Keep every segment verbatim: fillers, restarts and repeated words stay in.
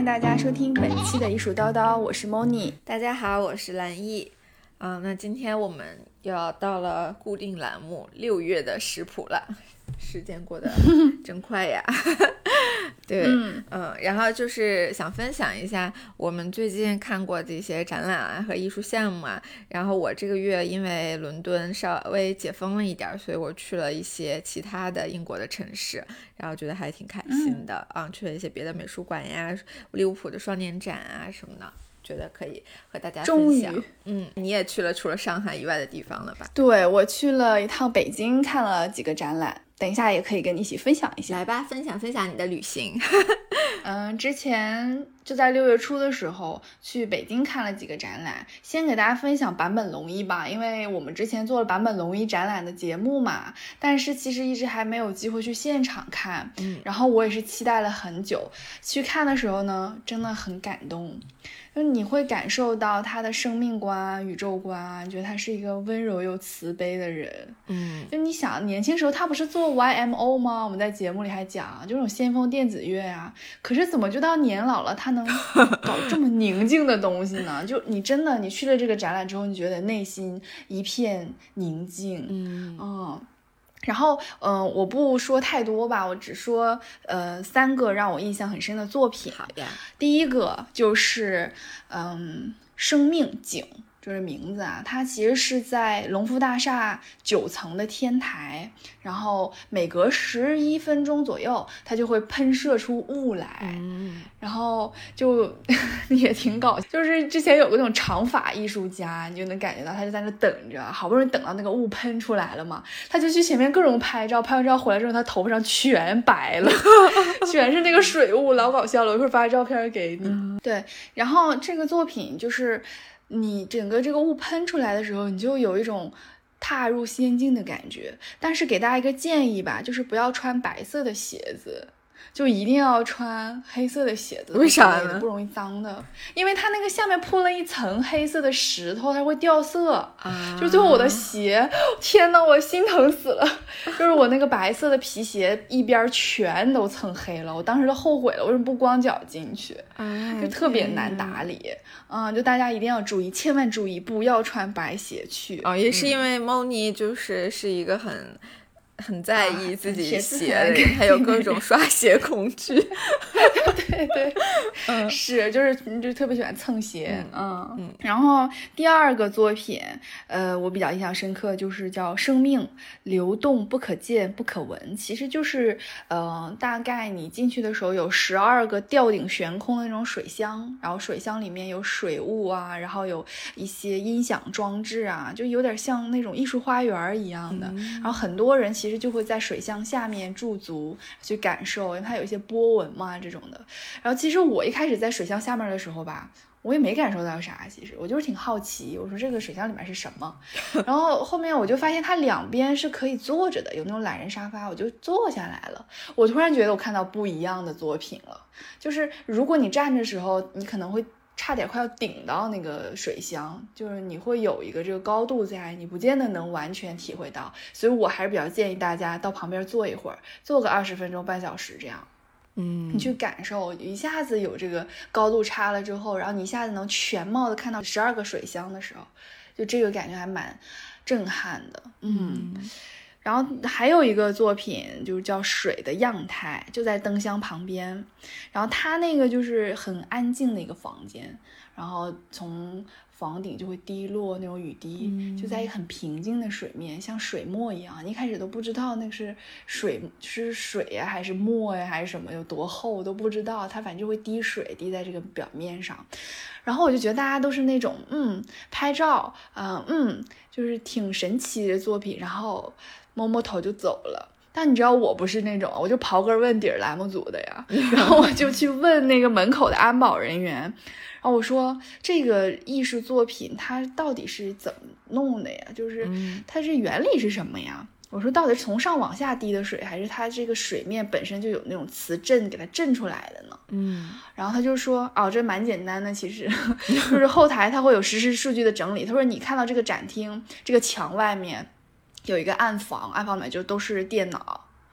大家收听本期的艺术叨叨，我是 Moni。 大家好，我是蓝艺。嗯，那今天我们又要到了固定栏目六月的食谱了，时间过得真快呀。对，嗯、呃，然后就是想分享一下我们最近看过的一些展览啊和艺术项目啊。然后我这个月因为伦敦稍微解封了一点，所以我去了一些其他的英国的城市，然后觉得还挺开心的。嗯，嗯去了一些别的美术馆呀，利物浦的双年展啊什么的。觉得可以和大家分享。嗯，你也去了除了上海以外的地方了吧？ 对，我去了一趟北京，看了几个展览，等一下也可以跟你一起分享一下。 来吧，分享分享你的旅行。 嗯，之前就在六月初的时候去北京看了几个展览，先给大家分享坂本龙一吧，因为我们之前做了坂本龙一展览的节目嘛，但是其实一直还没有机会去现场看。嗯，然后我也是期待了很久，去看的时候呢，真的很感动。就你会感受到他的生命观、宇宙观，你觉得他是一个温柔又慈悲的人。 嗯， 就你想年轻时候他不是做 Y M O 吗？我们在节目里还讲就这种先锋电子乐啊，可是怎么就到年老了他能搞这么宁静的东西呢？就你真的你去了这个展览之后，你觉得内心一片宁静。 嗯嗯然后，嗯、呃，我不说太多吧，我只说，呃，三个让我印象很深的作品。 好呀， 第一个就是，嗯，生命井，就是名字啊，它其实是在隆福大厦九层的天台，然后每隔十一分钟左右，它就会喷射出雾来， 嗯， 然后就也挺搞笑。就是之前有个那种长发艺术家，你就能感觉到他就在那等着，好不容易等到那个雾喷出来了嘛，他就去前面各种拍照，拍完照回来之后，他头发上全白了，全是那个水雾，老搞笑了。我一会儿发照片给你。嗯、对，然后这个作品就是你整个这个雾喷出来的时候，你就有一种踏入仙境的感觉。但是给大家一个建议吧，就是不要穿白色的鞋子，就一定要穿黑色的鞋子。 为啥呢？ 不容易脏的，因为它那个下面铺了一层黑色的石头，它会掉色啊。 就最后我的鞋，天哪，我心疼死了。就是我那个白色的皮鞋一边全都蹭黑了，我当时都后悔了，为什么不光脚进去？ 哎， 就特别难打理。嗯，就大家一定要注意，千万注意，不要穿白鞋去。 哦，也是因为 Moni 就是是一个很。很在意自己鞋的人，还有各种刷鞋工具。 对对，嗯，是，就是就特别喜欢蹭鞋，嗯嗯。然后第二个作品，呃，我比较印象深刻，就是叫《生命流动不可见不可闻》，其实就是，呃，大概你进去的时候有十二个吊顶悬空的那种水箱，然后水箱里面有水雾啊，然后有一些音响装置啊，就有点像那种艺术花园一样的。嗯、然后很多人其实就会在水箱下面驻足去感受，因为它有一些波纹嘛这种的。然后其实我一开始在水箱下面的时候吧，我也没感受到啥，其实我就是挺好奇，我说这个水箱里面是什么。然后后面我就发现它两边是可以坐着的，有那种懒人沙发，我就坐下来了。我突然觉得我看到不一样的作品了，就是如果你站的时候，你可能会差点快要顶到那个水箱，就是你会有一个这个高度在，你不见得能完全体会到。所以我还是比较建议大家到旁边坐一会儿，坐个二十分钟半小时这样。 嗯， 你去感受，一下子有这个高度差了之后，然后你一下子能全貌的看到十二个水箱的时候，就这个感觉还蛮震撼的。嗯，嗯然后还有一个作品就是叫《水的样态》，就在灯箱旁边，然后它那个就是很安静的一个房间，然后从房顶就会滴落那种雨滴、嗯、就在一个很平静的水面，像水墨一样，你一开始都不知道那是水是水呀、啊、还是墨呀、啊、还是什么，有多厚都不知道，它反正就会滴水滴在这个表面上。然后我就觉得大家都是那种嗯拍照嗯嗯就是挺神奇的作品，然后摸摸头就走了。但你知道我不是那种，我就刨根问底栏目组的呀，然后我就去问那个门口的安保人员，然后我说这个艺术作品它到底是怎么弄的呀，就是它这原理是什么呀、嗯、我说到底是从上往下滴的水，还是它这个水面本身就有那种磁振给它震出来的呢？嗯，然后他就说哦这蛮简单的，其实就是后台它会有实时数据的整理。他说你看到这个展厅这个墙外面有一个暗房，暗房里面就都是电脑，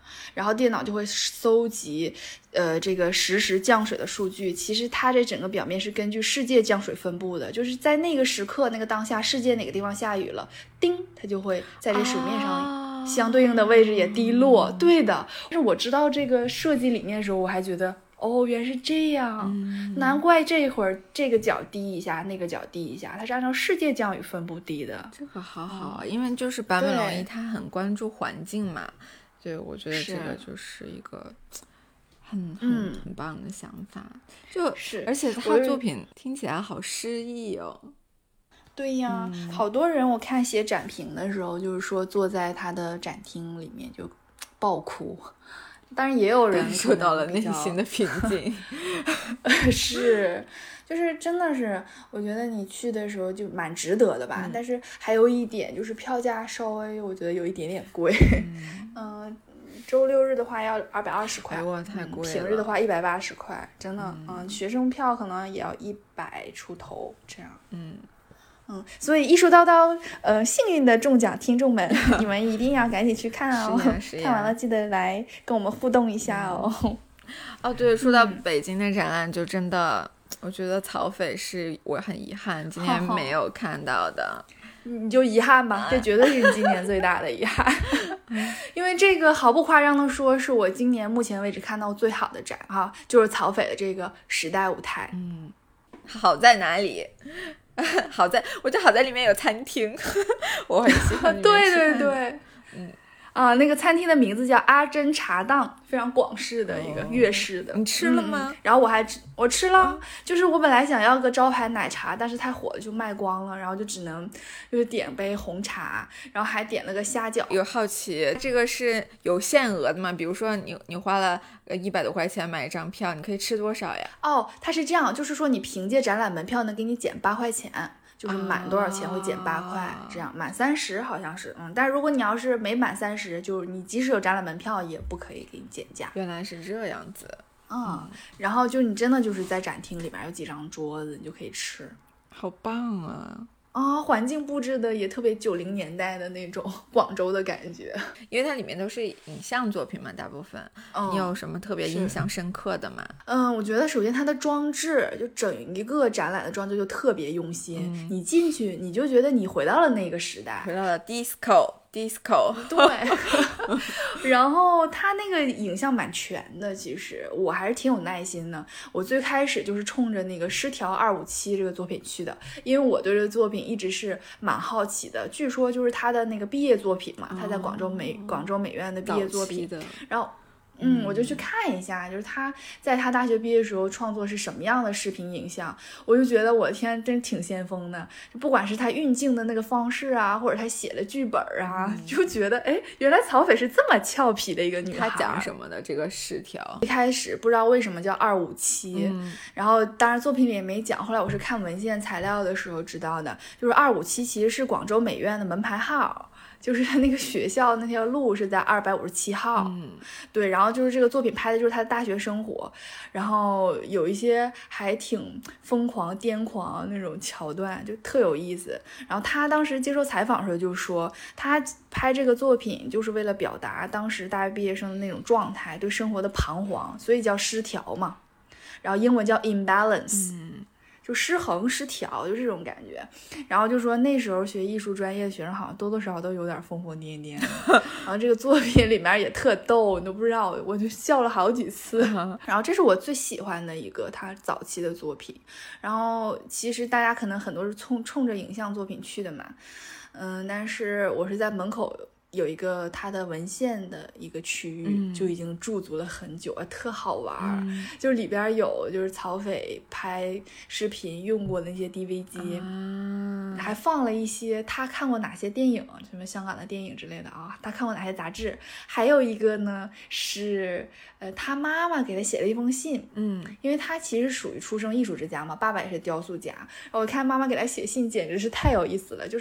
然后电脑就会搜集呃这个实时降水的数据。其实它这整个表面是根据世界降水分布的，就是在那个时刻那个当下世界哪个地方下雨了，叮它就会在这水面上相对应的位置也滴落、哦、对的。但是我知道这个设计理念的时候，我还觉得哦，原来是这样、嗯、难怪这会儿这个角滴一下那个角滴一下，它是按照世界降雨分布滴的。 这个好好、嗯、因为就是坂本龙一他很关注环境嘛，对，我觉得这个就是一个很很、嗯、很棒的想法，就是而且他的作品听起来好诗意哦。 对呀、嗯、好多人我看写展评的时候就是说坐在他的展厅里面就爆哭，当然也有人受到了内心的平静是就是真的是我觉得你去的时候就蛮值得的吧、嗯、但是还有一点就是票价稍微我觉得有一点点贵，嗯、呃，周六日的话要二百二十块， 哇太贵了、嗯、 平日的话一百八十块，真的嗯、呃，学生票可能也要一百出头这样。 嗯嗯，所以艺术叨叨，呃，幸运的中奖听众们，你们一定要赶紧去看哦！看完了记得来跟我们互动一下哦。 嗯、哦，对，说到北京的展览，就真的，嗯、我觉得曹斐是我很遗憾今天没有看到的。 你就遗憾吧，这绝对是你今年最大的遗憾。因为这个毫不夸张的说，是我今年目前为止看到最好的展哈，就是曹斐的这个时代舞台。 嗯，好在哪里？好在我觉得好在里面有餐厅我很喜欢里面对对对嗯啊，那个餐厅的名字叫阿珍茶档，非常广式的一个粤式的、 哦、你吃了吗、 嗯、然后我还吃我吃了、嗯、就是我本来想要个招牌奶茶，但是太火了就卖光了，然后就只能就是点杯红茶，然后还点了个虾饺。 有好奇这个是有限额的吗？比如说你你花了一百多块钱买一张票，你可以吃多少呀？ 哦，它是这样，就是说你凭借展览门票能给你减八块钱，就是满多少钱会减八块、啊、这样满三十好像是，嗯，但是如果你要是没满三十，就是你即使有展览门票也不可以给你减价。 原来是这样子， 嗯，嗯然后就你真的就是在展厅里面有几张桌子，你就可以吃， 好棒啊！ 啊、哦，环境布置的也特别九零年代的那种广州的感觉， 因为它里面都是影像作品嘛，大部分。嗯、你有什么特别印象深刻的吗？ 嗯，我觉得首先它的装置，就整一个展览的装置就特别用心，嗯、你进去你就觉得你回到了那个时代， 回到了 disco disco。 对，然后它那个影像蛮全的，其实我还是挺有耐心的。我最开始就是冲着那个失调二五七这个作品去的，因为我对这个作品一直是蛮好奇的。据说就是他的那个毕业作品嘛，他在广州美、哦、广州美院的毕业作品，然后。嗯，我就去看一下，就是他在他大学毕业的时候创作是什么样的视频影像，我就觉得我天，真挺先锋的。不管是他运镜的那个方式啊，或者他写的剧本啊，嗯、就觉得哎，原来曹斐是这么俏皮的一个女孩。 他讲什么的这个失调？ 一开始不知道为什么叫二五七，然后当然作品里也没讲，后来我是看文献材料的时候知道的，就是二五七其实是广州美院的门牌号。就是他那个学校那条路是在二百五十七号， 嗯， 对，然后就是这个作品拍的就是他的大学生活，然后有一些还挺疯狂癫狂那种桥段，就特有意思。然后他当时接受采访的时候就说，他拍这个作品就是为了表达当时大学毕业生的那种状态，对生活的彷徨，所以叫失调嘛，然后英文叫 imbalance。 嗯， 就失衡失调，就这种感觉。然后就说那时候学艺术专业的学生好像多多少少都有点疯疯癫癫然后这个作品里面也特逗，你都不知道，我就笑了好几次然后这是我最喜欢的一个他早期的作品。然后其实大家可能很多是冲冲着影像作品去的嘛，嗯，但是我是在门口有一个它的文献的一个区域、嗯、就已经驻足了很久啊，特好玩、嗯、就是里边有就是曹斐拍视频用过的那些 D V 机、啊、还放了一些他看过哪些电影，什么香港的电影之类的啊，他看过哪些杂志。还有一个呢是呃他妈妈给他写了一封信， 嗯， 因为他其实属于出生艺术之家嘛，爸爸也是雕塑家，然后我看妈妈给他写信简直是太有意思了，就是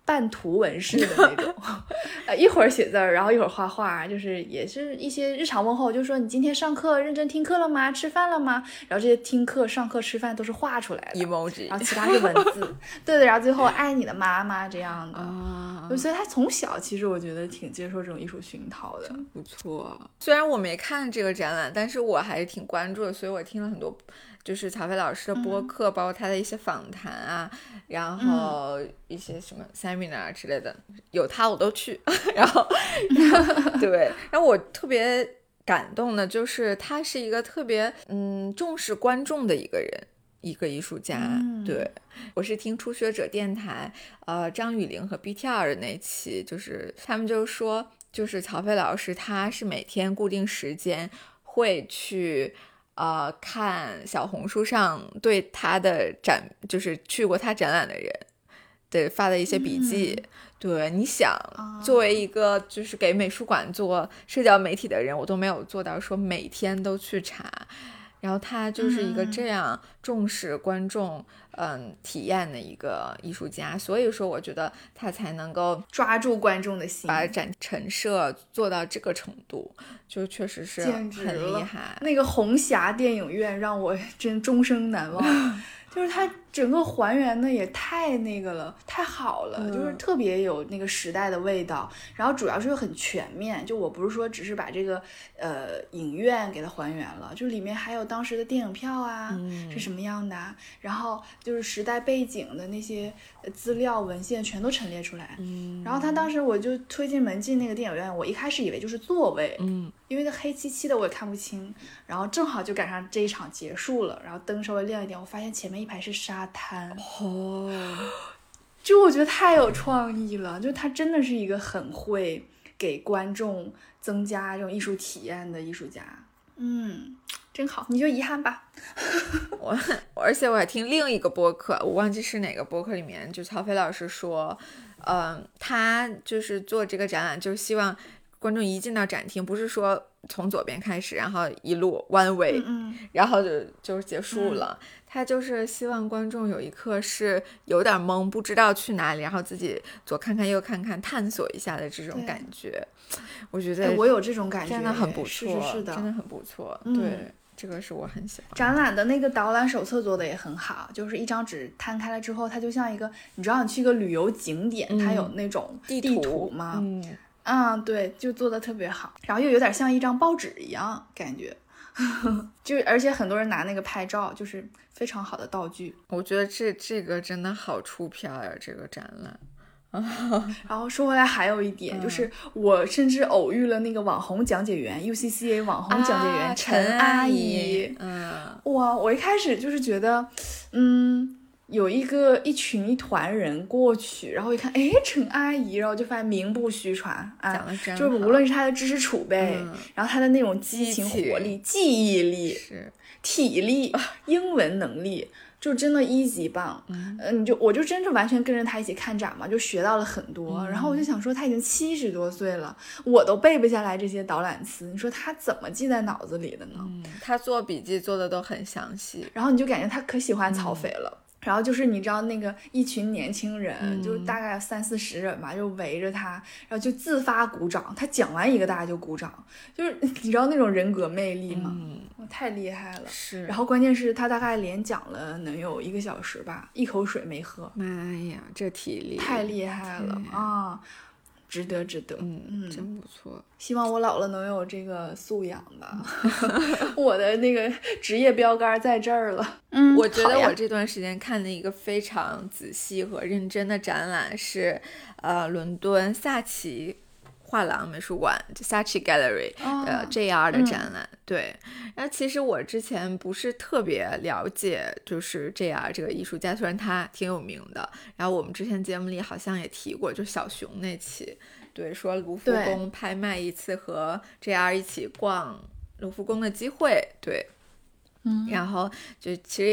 半图文式的那种，呃，一会儿写字儿，然后一会儿画画，就是也是一些日常问候，就是说你今天上课认真听课了吗？吃饭了吗？然后这些听课、上课、吃饭都是画出来的 emoji， 然后其他是文字，对对，然后最后爱你的妈妈这样的， 啊， 所以他从小其实我觉得挺接受这种艺术熏陶的， 不错。虽然我没看这个展览，但是我还是挺关注的，所以我听了很多。就是曹飞老师的播客、嗯、包括他的一些访谈啊，然后一些什么 seminar 之类的、嗯、有他我都去然后, 然后对，然后我特别感动的就是他是一个特别嗯重视观众的一个人，一个艺术家、嗯、对，我是听初学者电台呃张雨玲和 B T R 的那期，就是他们就说就是曹飞老师他是每天固定时间会去呃，看小红书上对他的展，就是去过他展览的人对发的一些笔记、嗯、对，你想作为一个就是给美术馆做社交媒体的人，我都没有做到说每天都去查，然后他就是一个这样重视观众嗯体验的一个艺术家，所以说我觉得他才能够抓住观众的心， 把展陈设做到这个程度，就确实是很厉害。 那个红霞电影院让我真终生难忘就是它整个还原的也太那个了，太好了、嗯、就是特别有那个时代的味道，然后主要是又很全面，就我不是说只是把这个呃影院给它还原了，就里面还有当时的电影票啊、嗯、是什么样的，然后就是时代背景的那些资料文献全都陈列出来、嗯、然后他当时我就推进门进那个电影院，我一开始以为就是座位，嗯，因为那黑漆漆的我也看不清，然后正好就赶上这一场结束了，然后灯稍微亮一点，我发现前面一排是沙滩哦， 就我觉得太有创意了，就他真的是一个很会给观众增加这种艺术体验的艺术家，嗯，真好，你就遗憾吧我而且我还听另一个播客，我忘记是哪个播客里面就曹飞老师说嗯、呃，他就是做这个展览就是希望观众一进到展厅不是说从左边开始然后一路 one way、嗯嗯、然后就就结束了、嗯，他就是希望观众有一刻是有点懵不知道去哪里，然后自己左看看右看看探索一下的这种感觉，我觉得我有这种感觉真的很不错， 是是是的， 真的很不错、嗯、对，这个是我很喜欢。 展览的那个导览手册做的也很好，就是一张纸摊开了之后它就像一个，你知道你去一个旅游景点、嗯、它有那种地图, 地图吗嗯嗯，对，就做的特别好，然后又有点像一张报纸一样感觉就而且很多人拿那个拍照，就是非常好的道具。 我觉得这这个真的好出票呀，这个展览然后说回来还有一点、嗯、就是我甚至偶遇了那个网红讲解员 U C C A 网红讲解员、啊、陈阿姨， 嗯， 哇，我一开始就是觉得嗯有一个一群一团人过去，然后一看哎陈阿姨，然后就发现名不虚传啊， 讲得真好， 就是无论是她的知识储备、嗯、然后她的那种激情活力记忆力是体力英文能力就真的一级棒，嗯、呃，你就我就真是完全跟着他一起看展嘛，就学到了很多、嗯、然后我就想说他已经七十多岁了，我都背不下来这些导览词，你说他怎么记在脑子里的呢、 嗯、他做笔记做的都很详细， 然后你就感觉他可喜欢曹斐了、嗯，然后就是你知道那个一群年轻人、嗯、就大概三四十人吧，就围着他，然后就自发鼓掌，他讲完一个大家就鼓掌，就是你知道那种人格魅力吗、嗯、太厉害了， 是。 然后关键是他大概连讲了能有一个小时吧，一口水没喝， 妈呀这体力太厉害了啊，值得值得， 嗯嗯，真不错。 希望我老了能有这个素养吧我的那个职业标杆在这儿了。嗯， 我觉得我这段时间看的一个非常仔细和认真的展览是呃伦敦萨奇画廊美术馆 Saatchi Gallery 的、哦、J R 的展览、嗯、对，然后其实我之前不是特别了解就是 J R 这个艺术家，虽然他挺有名的，然后我们之前节目里好像也提过，就小熊那期，对，说卢浮宫拍卖一次和 J R 一起逛卢浮宫的机会，对，嗯，然后就其实也挺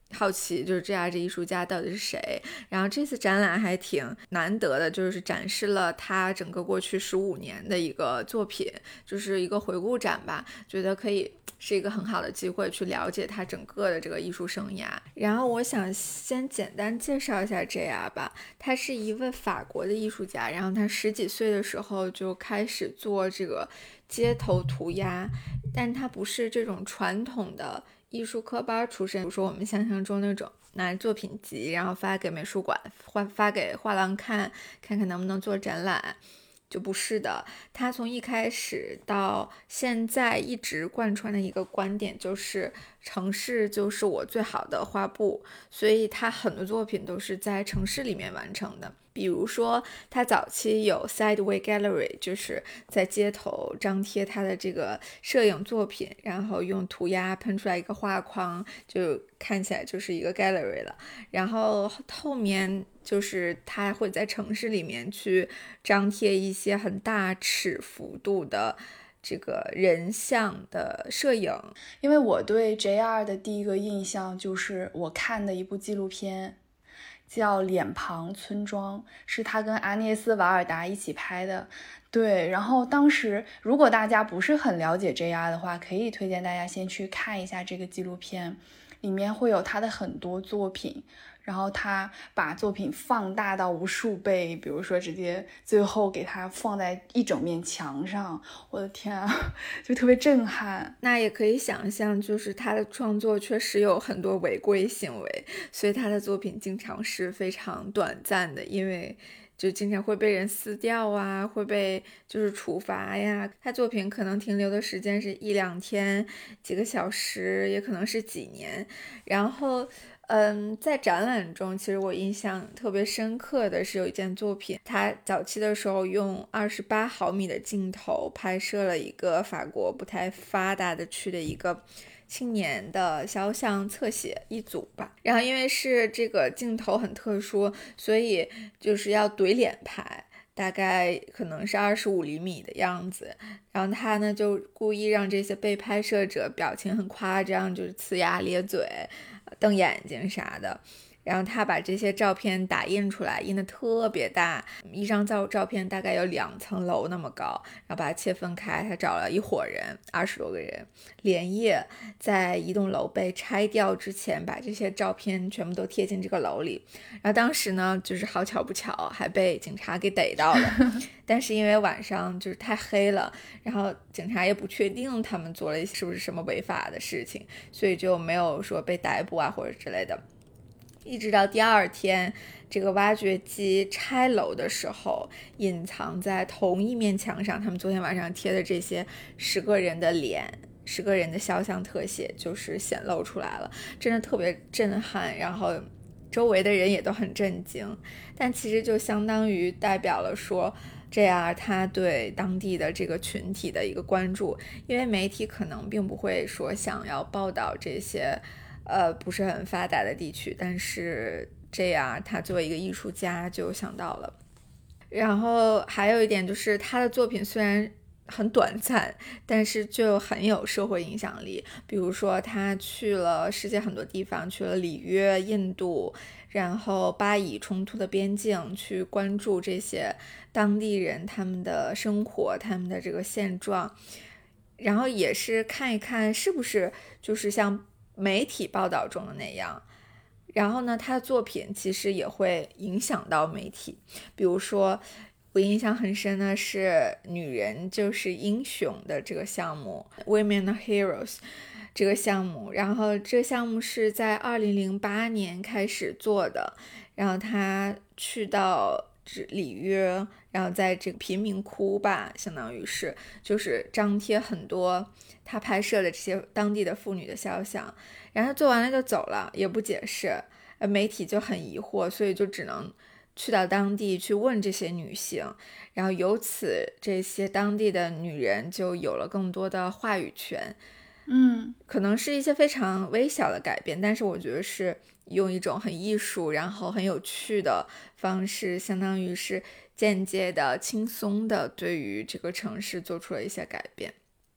好奇就是这样这艺术家到底是谁。然后这次展览还挺难得的，就是展示了他整个过去十五年的一个作品，就是一个回顾展吧，觉得可以是一个很好的机会去了解他整个的这个艺术生涯。然后我想先简单介绍一下 J R 吧，他是一位法国的艺术家，然后他十几岁的时候就开始做这个街头涂鸦，但他不是这种传统的艺术科班出身，比如说我们想象中那种拿作品集然后发给美术馆发发给画廊看看看能不能做展览，就不是的。他从一开始到现在一直贯穿的一个观点就是城市就是我最好的画布，所以他很多作品都是在城市里面完成的。比如说他早期有 Sideway Gallery， 就是在街头张贴他的这个摄影作品，然后用涂鸦喷出来一个画框，就看起来就是一个 gallery 了。然后后面就是他会在城市里面去张贴一些很大尺幅度的这个人像的摄影。 因为我对 J R 的第一个印象就是我看的一部纪录片叫脸庞村庄，是他跟阿涅斯瓦尔达一起拍的。对，然后当时如果大家不是很了解 J R 的话，可以推荐大家先去看一下这个纪录片，里面会有他的很多作品，然后他把作品放大到无数倍，比如说直接最后给它放在一整面墙上，我的天啊，就特别震撼。 那也可以想象，就是他的创作确实有很多违规行为，所以他的作品经常是非常短暂的，因为就经常会被人撕掉啊，会被就是处罚呀。他作品可能停留的时间是一两天、几个小时，也可能是几年。然后嗯，在展览中，其实我印象特别深刻的是有一件作品，他早期的时候用二十八毫米的镜头拍摄了一个法国不太发达的区的一个青年的肖像侧写一组吧。然后因为是这个镜头很特殊，所以就是要怼脸拍，大概可能是二十五厘米的样子。然后他呢就故意让这些被拍摄者表情很夸张，就是呲牙咧嘴、瞪眼睛啥的。然后他把这些照片打印出来，印的特别大，一张照照片大概有两层楼那么高，然后把它切分开。他找了一伙人，二十多个人，连夜在一栋楼被拆掉之前，把这些照片全部都贴进这个楼里。然后当时呢，就是好巧不巧，还被警察给逮到了。但是因为晚上就是太黑了，然后警察也不确定他们做了是不是什么违法的事情，所以就没有说被逮捕啊或者之类的。一直到第二天，这个挖掘机拆楼的时候，隐藏在同一面墙上，他们昨天晚上贴的这些十个人的脸、十个人的肖像特写就是显露出来了，真的特别震撼。然后周围的人也都很震惊，但其实就相当于代表了说这样他对当地的这个群体的一个关注，因为媒体可能并不会说想要报道这些呃，不是很发达的地区，但是这样他作为一个艺术家就想到了。然后还有一点就是他的作品虽然很短暂，但是就很有社会影响力。比如说他去了世界很多地方，去了里约、印度，然后巴以冲突的边境，去关注这些当地人他们的生活，他们的这个现状，然后也是看一看是不是就是像媒体报道中的那样。然后呢，他的作品其实也会影响到媒体。比如说我印象很深的是女人就是英雄的这个项目 Women are Heroes 这个项目，然后这个项目是在二零零八年开始做的，然后他去到里约，然后在这个贫民窟吧，相当于是就是张贴很多他拍摄的这些当地的妇女的肖像，然后做完了就走了，也不解释。媒体就很疑惑，所以就只能去到当地去问这些女性，然后由此这些当地的女人就有了更多的话语权。 嗯， 可能是一些非常微小的改变，但是我觉得是用一种很艺术然后很有趣的方式，相当于是间接的轻松的对于这个城市做出了一些改变。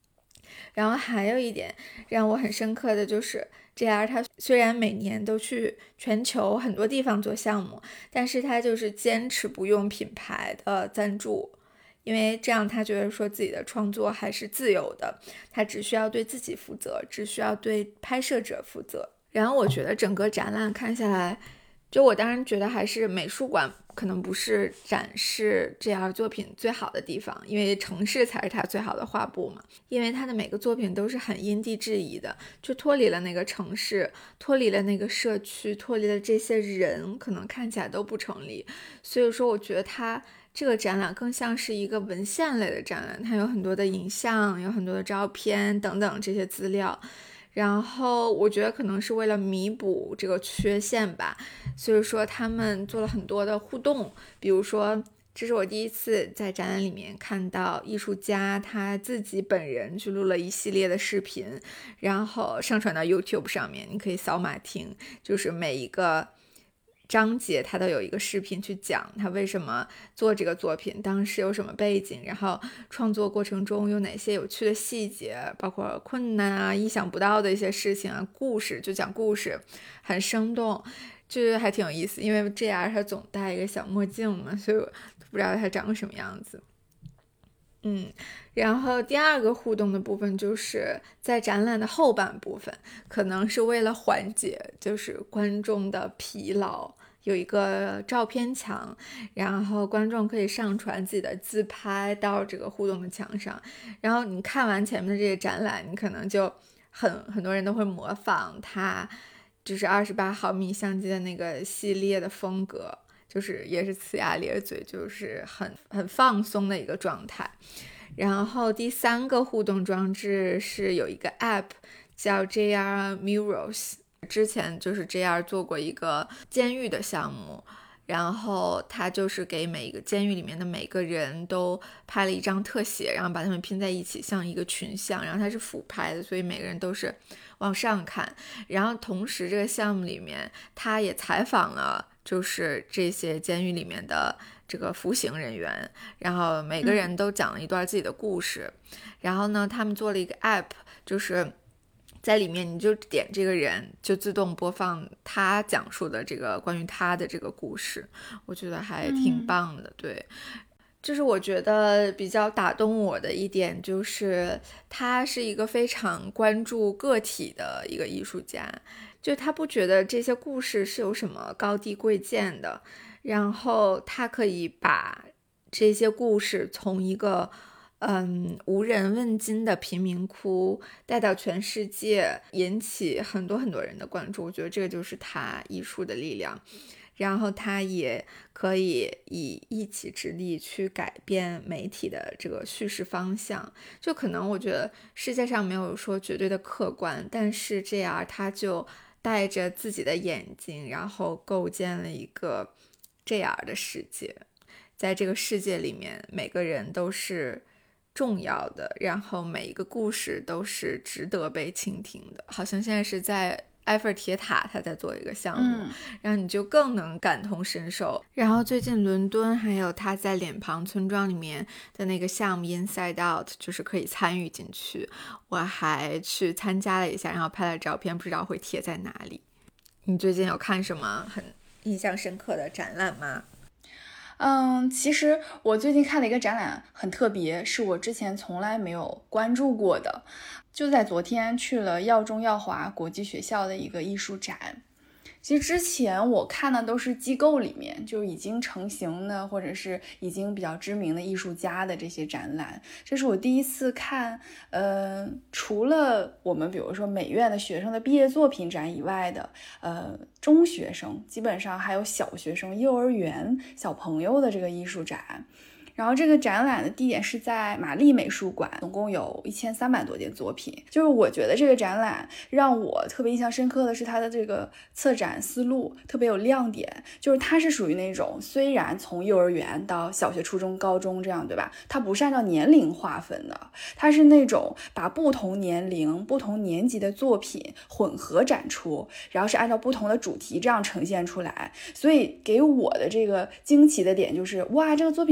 然后还有一点让我很深刻的就是 J R 他虽然每年都去全球很多地方做项目，但是他就是坚持不用品牌的赞助，因为这样他觉得说自己的创作还是自由的，他只需要对自己负责，只需要对拍摄者负责。然后我觉得整个展览看下来，就我当然觉得还是美术馆可能不是展示这样作品最好的地方，因为城市才是他最好的画布嘛，因为他的每个作品都是很因地制宜的，就脱离了那个城市，脱离了那个社区，脱离了这些人，可能看起来都不成立。所以说我觉得他这个展览更像是一个文献类的展览，它有很多的影像，有很多的照片等等这些资料，然后我觉得可能是为了弥补这个缺陷吧，所以说他们做了很多的互动，比如说这是我第一次在展览里面看到艺术家他自己本人去录了一系列的视频，然后上传到 YouTube 上面，你可以扫码听，就是每一个章节他都有一个视频去讲他为什么做这个作品，当时有什么背景，然后创作过程中有哪些有趣的细节，包括困难啊，意想不到的一些事情啊，故事就讲故事，很生动，就还挺有意思。因为 J R 他总戴一个小墨镜嘛，所以我不知道他长什么样子。嗯，然后第二个互动的部分就是在展览的后半部分，可能是为了缓解就是观众的疲劳，有一个照片墙，然后观众可以上传自己的自拍到这个互动的墙上，然后你看完前面的这个展览，你可能就很很多人都会模仿它，就是二十八毫米相机的那个系列的风格，就是也是呲牙咧嘴，就是很很放松的一个状态。然后第三个互动装置是有一个 app 叫 J R Murals， 之前就是 J R 做过一个监狱的项目，然后他就是给每一个监狱里面的每个人都拍了一张特写，然后把他们拼在一起像一个群像，然后它是俯拍的，所以每个人都是往上看。然后同时这个项目里面他也采访了就是这些监狱里面的这个服刑人员，然后每个人都讲了一段自己的故事、嗯、然后呢他们做了一个 app， 就是在里面你就点这个人就自动播放他讲述的这个关于他的这个故事，我觉得还挺棒的、嗯、对，就是我觉得比较打动我的一点就是他是一个非常关注个体的一个艺术家，就他不觉得这些故事是有什么高低贵贱的，然后他可以把这些故事从一个嗯无人问津的贫民窟带到全世界，引起很多很多人的关注，我觉得这个就是他艺术的力量。然后他也可以以一己之力去改变媒体的这个叙事方向，就可能我觉得世界上没有说绝对的客观，但是这样他就带着自己的眼睛，然后构建了一个这样的世界，在这个世界里面每个人都是重要的，然后每一个故事都是值得被倾听的。好像现在是在埃菲尔铁塔他在做一个项目、嗯、然后你就更能感同身受。然后最近伦敦还有他在脸庞村庄里面的那个项目 Inside Out 就是可以参与进去，我还去参加了一下，然后拍了照片，不知道会贴在哪里。你最近有看什么很印象深刻的展览吗？ 嗯，其实我最近看了一个展览很特别，是我之前从来没有关注过的，就在昨天去了耀中耀华国际学校的一个艺术展。其实之前我看的都是机构里面就已经成型的或者是已经比较知名的艺术家的这些展览，这是我第一次看呃，除了我们比如说美院的学生的毕业作品展以外的呃，中学生基本上还有小学生幼儿园小朋友的这个艺术展。然后这个展览的地点是在玛丽美术馆，总共有一千三百多件作品。就是我觉得这个展览让我特别印象深刻的是它的这个策展思路特别有亮点，就是它是属于那种虽然从幼儿园到小学初中高中这样，对吧，它不是按照年龄划分的，它是那种把不同年龄不同年级的作品混合展出，然后是按照不同的主题这样呈现出来。所以给我的这个惊奇的点就是哇，这个作品这么好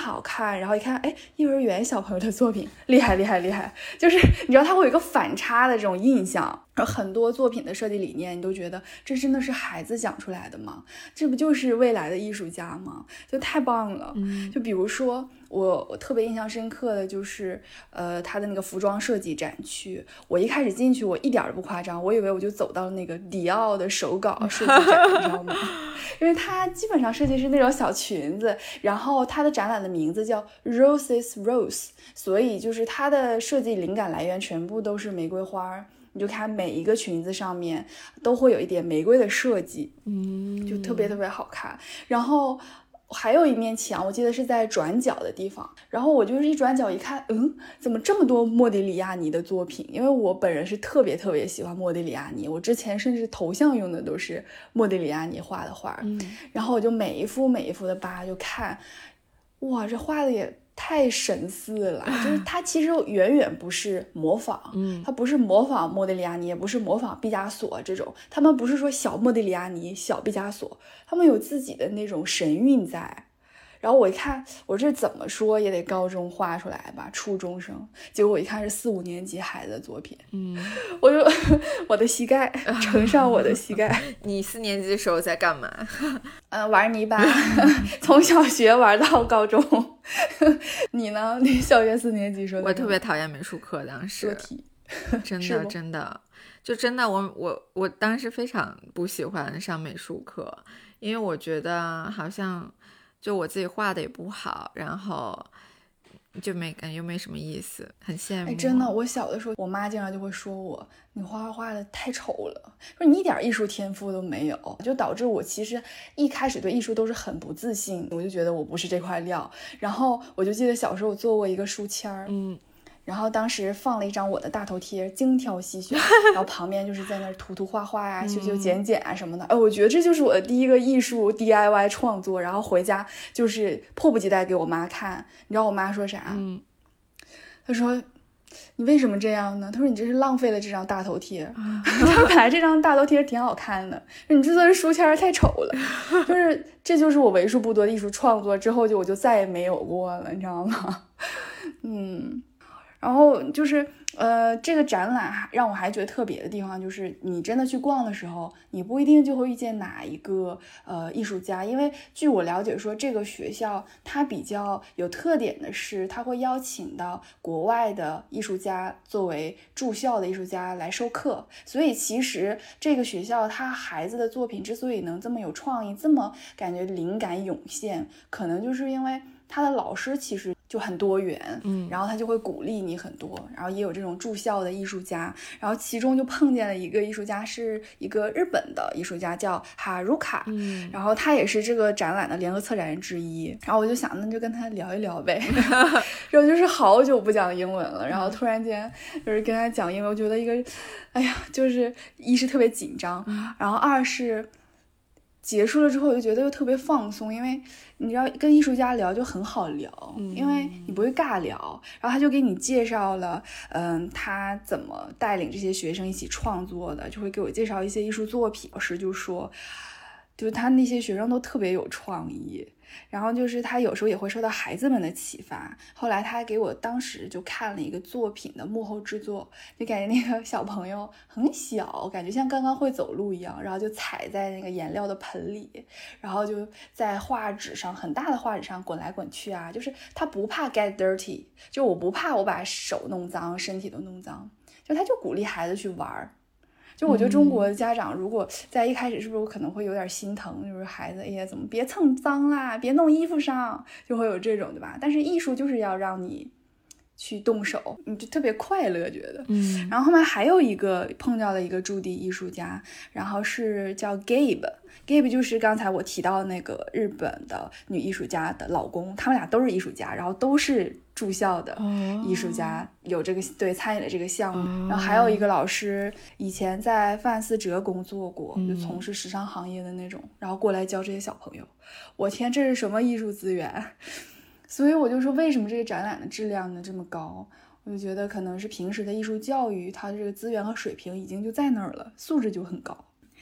好看，然后一看，哎，幼儿园小朋友的作品厉害厉害厉害，就是你知道他会有一个反差的这种印象。很多作品的设计理念你都觉得这真的是孩子想出来的吗？这不就是未来的艺术家吗？就太棒了。 嗯， 就比如说我我特别印象深刻的就是呃他的那个服装设计展区，我一开始进去我一点都不夸张，我以为我就走到了那个迪奥的手稿设计展，你知道吗？因为它基本上设计是那种小裙子，然后它的展览的名字叫 Roses Rose， 所以就是它的设计灵感来源全部都是玫瑰花，你就看每一个裙子上面都会有一点玫瑰的设计， 嗯， 就特别特别好看。然后还有一面墙，我记得是在转角的地方，然后我就是一转角一看，嗯，怎么这么多莫迪里亚尼的作品？因为我本人是特别特别喜欢莫迪里亚尼，我之前甚至头像用的都是莫迪里亚尼画的画， 嗯， 然后我就每一幅每一幅的扒就看，哇，这画的也太神似了，就是它其实远远不是模仿， 嗯， 它不是模仿莫迪里亚尼，也不是模仿毕加索这种，他们不是说小莫迪里亚尼小毕加索，他们有自己的那种神韵在。然后我一看，我这怎么说也得高中画出来吧，初中生，结果我一看是四五年级孩子的作品， 嗯， 我就我的膝盖承上我的膝盖。 你四年级的时候在干嘛？ 嗯，玩泥巴，从小学玩到高中。你呢？你小学四年级时候？ 我特别讨厌美术课，当时真的真的就真的我我我当时非常不喜欢上美术课，因为我觉得好像就我自己画的也不好，然后就没感觉没什么意思，很羡慕。 哎，真的，我小的时候，我妈经常就会说我，你画画画的太丑了，说你一点艺术天赋都没有，就导致我其实一开始对艺术都是很不自信，我就觉得我不是这块料。然后我就记得小时候我做过一个书签儿， 嗯。 然后当时放了一张我的大头贴，精挑细选，然后旁边就是在那儿涂涂画画啊、修修剪剪啊什么的。哎，我觉得这就是我的第一个艺术 D I Y 创作。然后回家就是迫不及待给我妈看。你知道我妈说啥？ 嗯， 她说：“你为什么这样呢？”她说：“你这是浪费了这张大头贴。”她说：“本来这张大头贴挺好看的，你这做书签太丑了。”就是这就是我为数不多的艺术创作，之后就我就再也没有过了，你知道吗？嗯。然后就是呃，这个展览还让我还觉得特别的地方，就是你真的去逛的时候，你不一定就会遇见哪一个呃艺术家，因为据我了解说，这个学校它比较有特点的是，它会邀请到国外的艺术家作为驻校的艺术家来授课，所以其实这个学校它孩子的作品之所以能这么有创意，这么感觉灵感涌现，可能就是因为他的老师其实就很多元， 嗯， 然后他就会鼓励你很多，然后也有这种驻校的艺术家，然后其中就碰见了一个艺术家，是一个日本的艺术家叫哈鲁卡， 嗯， 然后他也是这个展览的联合策展人之一，然后我就想那就跟他聊一聊呗，然后就是好久不讲英文了，然后突然间就是跟他讲英文，我觉得一个哎呀，就是一是特别紧张，然后二是结束了之后我就觉得又特别放松，因为你知道跟艺术家聊就很好聊， 嗯， 因为你不会尬聊，然后他就给你介绍了嗯，他怎么带领这些学生一起创作的，就会给我介绍一些艺术作品，老师就说就是他那些学生都特别有创意，然后就是他有时候也会受到孩子们的启发，后来他给我当时就看了一个作品的幕后制作，就感觉那个小朋友很小，感觉像刚刚会走路一样，然后就踩在那个颜料的盆里，然后就在画纸上很大的画纸上滚来滚去啊，就是他不怕 get dirty， 就我不怕我把手弄脏身体都弄脏，就他就鼓励孩子去玩。就我觉得中国的家长如果在一开始是不是可能会有点心疼，就是孩子哎呀怎么别蹭脏啦，别弄衣服上，就会有这种对吧？但是艺术就是要让你去动手，你就特别快乐觉得。 嗯， 然后后面还有一个碰到了一个驻地艺术家，然后是叫 Gabe， Gabe 就是刚才我提到的那个日本的女艺术家的老公，他们俩都是艺术家，然后都是驻校的艺术家，哦、有这个对参与了这个项目、哦、然后还有一个老师以前在范思哲工作过、嗯、就从事时尚行业的那种，然后过来教这些小朋友，我天这是什么艺术资源，所以我就说为什么这个展览的质量呢这么高，我就觉得可能是平时的艺术教育它的这个资源和水平已经就在那儿了，素质就很高。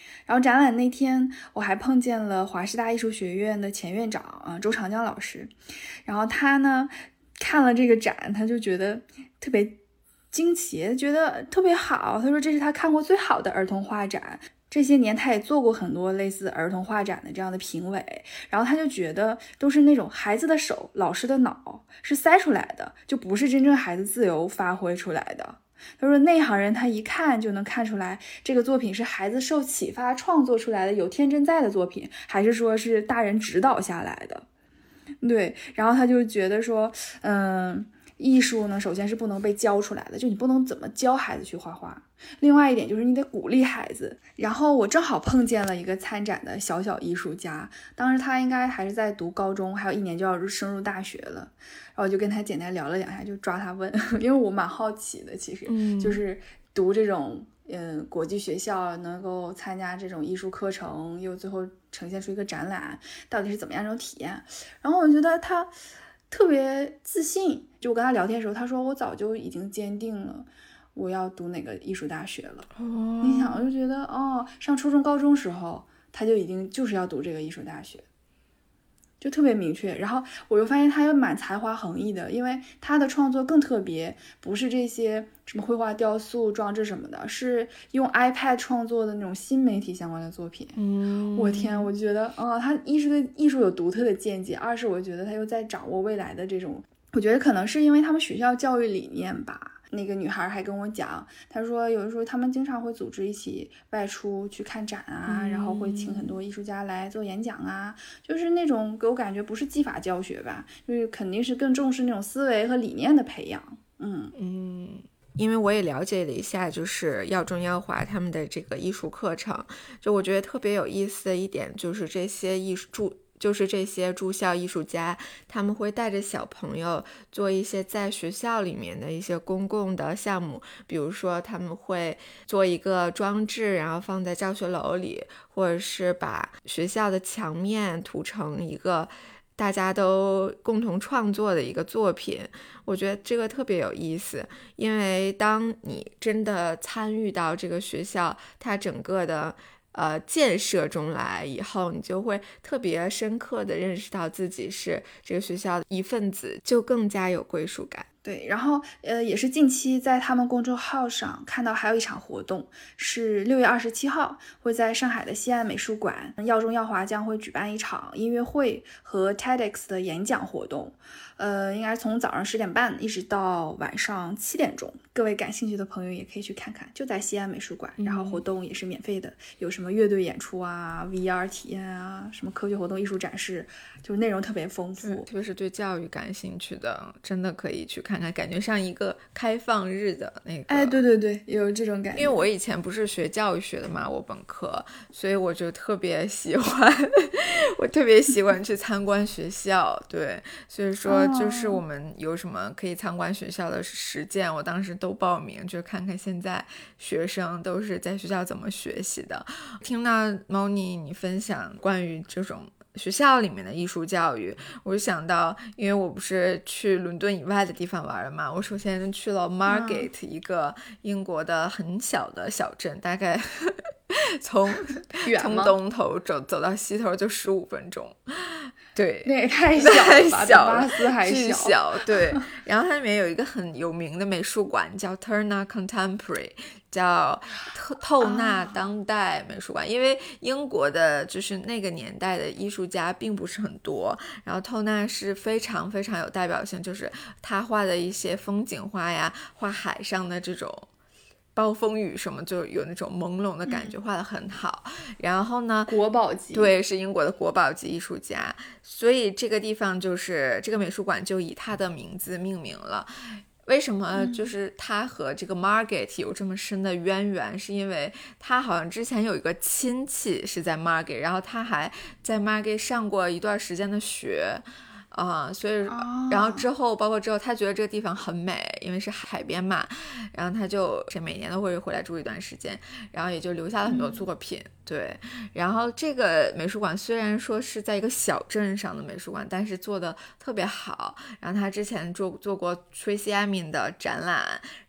然后展览那天我还碰见了华师大艺术学院的前院长啊周长江老师，然后他呢看了这个展，他就觉得特别惊奇，觉得特别好，他说这是他看过最好的儿童画展。这些年他也做过很多类似儿童画展的这样的评委，然后他就觉得都是那种孩子的手老师的脑是塞出来的，就不是真正孩子自由发挥出来的。他说内行人他一看就能看出来这个作品是孩子受启发创作出来的有天真在的作品，还是说是大人指导下来的。对，然后他就觉得说嗯，艺术呢首先是不能被教出来的，就你不能怎么教孩子去画画，另外一点就是你得鼓励孩子。然后我正好碰见了一个参展的小小艺术家，当时他应该还是在读高中，还有一年就要升入大学了，然后我就跟他简单聊了两下，就抓他问因为我蛮好奇的，其实、嗯、就是读这种嗯国际学校能够参加这种艺术课程，又最后呈现出一个展览，到底是怎么样一种体验。然后我觉得他特别自信，就我跟他聊天的时候，他说我早就已经坚定了我要读哪个艺术大学了。哦，你想，我就觉得哦，上初中高中时候他就已经就是要读这个艺术大学，就特别明确。然后我又发现他又蛮才华横溢的，因为他的创作更特别，不是这些什么绘画、雕塑、装置什么的，是用 iPad 创作的那种新媒体相关的作品。嗯，我天，我觉得哦，他一是对艺术有独特的见解，二是我觉得他又在掌握未来的这种，我觉得可能是因为他们学校教育理念吧。那个女孩还跟我讲，她说有的时候他们经常会组织一起外出去看展啊、嗯、然后会请很多艺术家来做演讲啊，就是那种给我感觉不是技法教学吧，就是肯定是更重视那种思维和理念的培养。嗯嗯，因为我也了解了一下就是耀中耀华他们的这个艺术课程，就我觉得特别有意思的一点就是这些艺术助就是这些驻校艺术家，他们会带着小朋友做一些在学校里面的一些公共的项目，比如说他们会做一个装置，然后放在教学楼里，或者是把学校的墙面涂成一个大家都共同创作的一个作品。我觉得这个特别有意思，因为当你真的参与到这个学校它整个的呃，建设中来以后，你就会特别深刻的认识到自己是这个学校的一份子，就更加有归属感。 对，然后呃，也是近期在他们公众号上看到还有一场活动，是六月二十七号会在上海的西岸美术馆，耀中耀华将会举办一场音乐会和 TEDx 的演讲活动，呃，应该是从早上十点半一直到晚上七点钟。各位感兴趣的朋友也可以去看看，就在西岸美术馆，然后活动也是免费的，有什么乐队演出啊、V R 体验啊、什么科学活动、艺术展示，就是内容特别丰富。 特别是对教育感兴趣的，真的可以去看看，感觉像一个开放日的那个。 哎，对对对，有这种感觉。 因为我以前不是学教育学的嘛，我本科，所以我就特别喜欢，我特别喜欢去参观学校。对，所以说就是我们有什么可以参观学校的实践，我当时都报名，就看看现在学生都是在学校怎么学习的。听到 Moni 你分享关于这种学校里面的艺术教育，我就想到，因为我不是去伦敦以外的地方玩了嘛，我首先去了 Margate、嗯、一个英国的很小的小镇，大概从从东头走走到西头就十五分钟。对， 那也太小了吧， 比巴斯还小，小对。然后它里面有一个很有名的美术馆叫 Turner Contemporary， 叫透纳当代美术馆、啊、因为英国的就是那个年代的艺术家并不是很多，然后透纳是非常非常有代表性，就是他画的一些风景画呀，画海上的这种暴风雨什么，就有那种朦胧的感觉，画得很好、嗯、然后呢， 国宝级， 对，是英国的国宝级艺术家，所以这个地方就是这个美术馆就以他的名字命名了。为什么就是他和这个 Margate 有这么深的渊源、嗯、是因为他好像之前有一个亲戚是在 Margate， 然后他还在 Margate 上过一段时间的学啊、uh, 所以、oh. 然后之后包括之后他觉得这个地方很美，因为是海边嘛，然后他就是每年都会回来住一段时间，然后也就留下了很多作品、嗯、对。然后这个美术馆虽然说是在一个小镇上的美术馆，但是做的特别好，然后他之前做做过 Tracy Emin 的展览，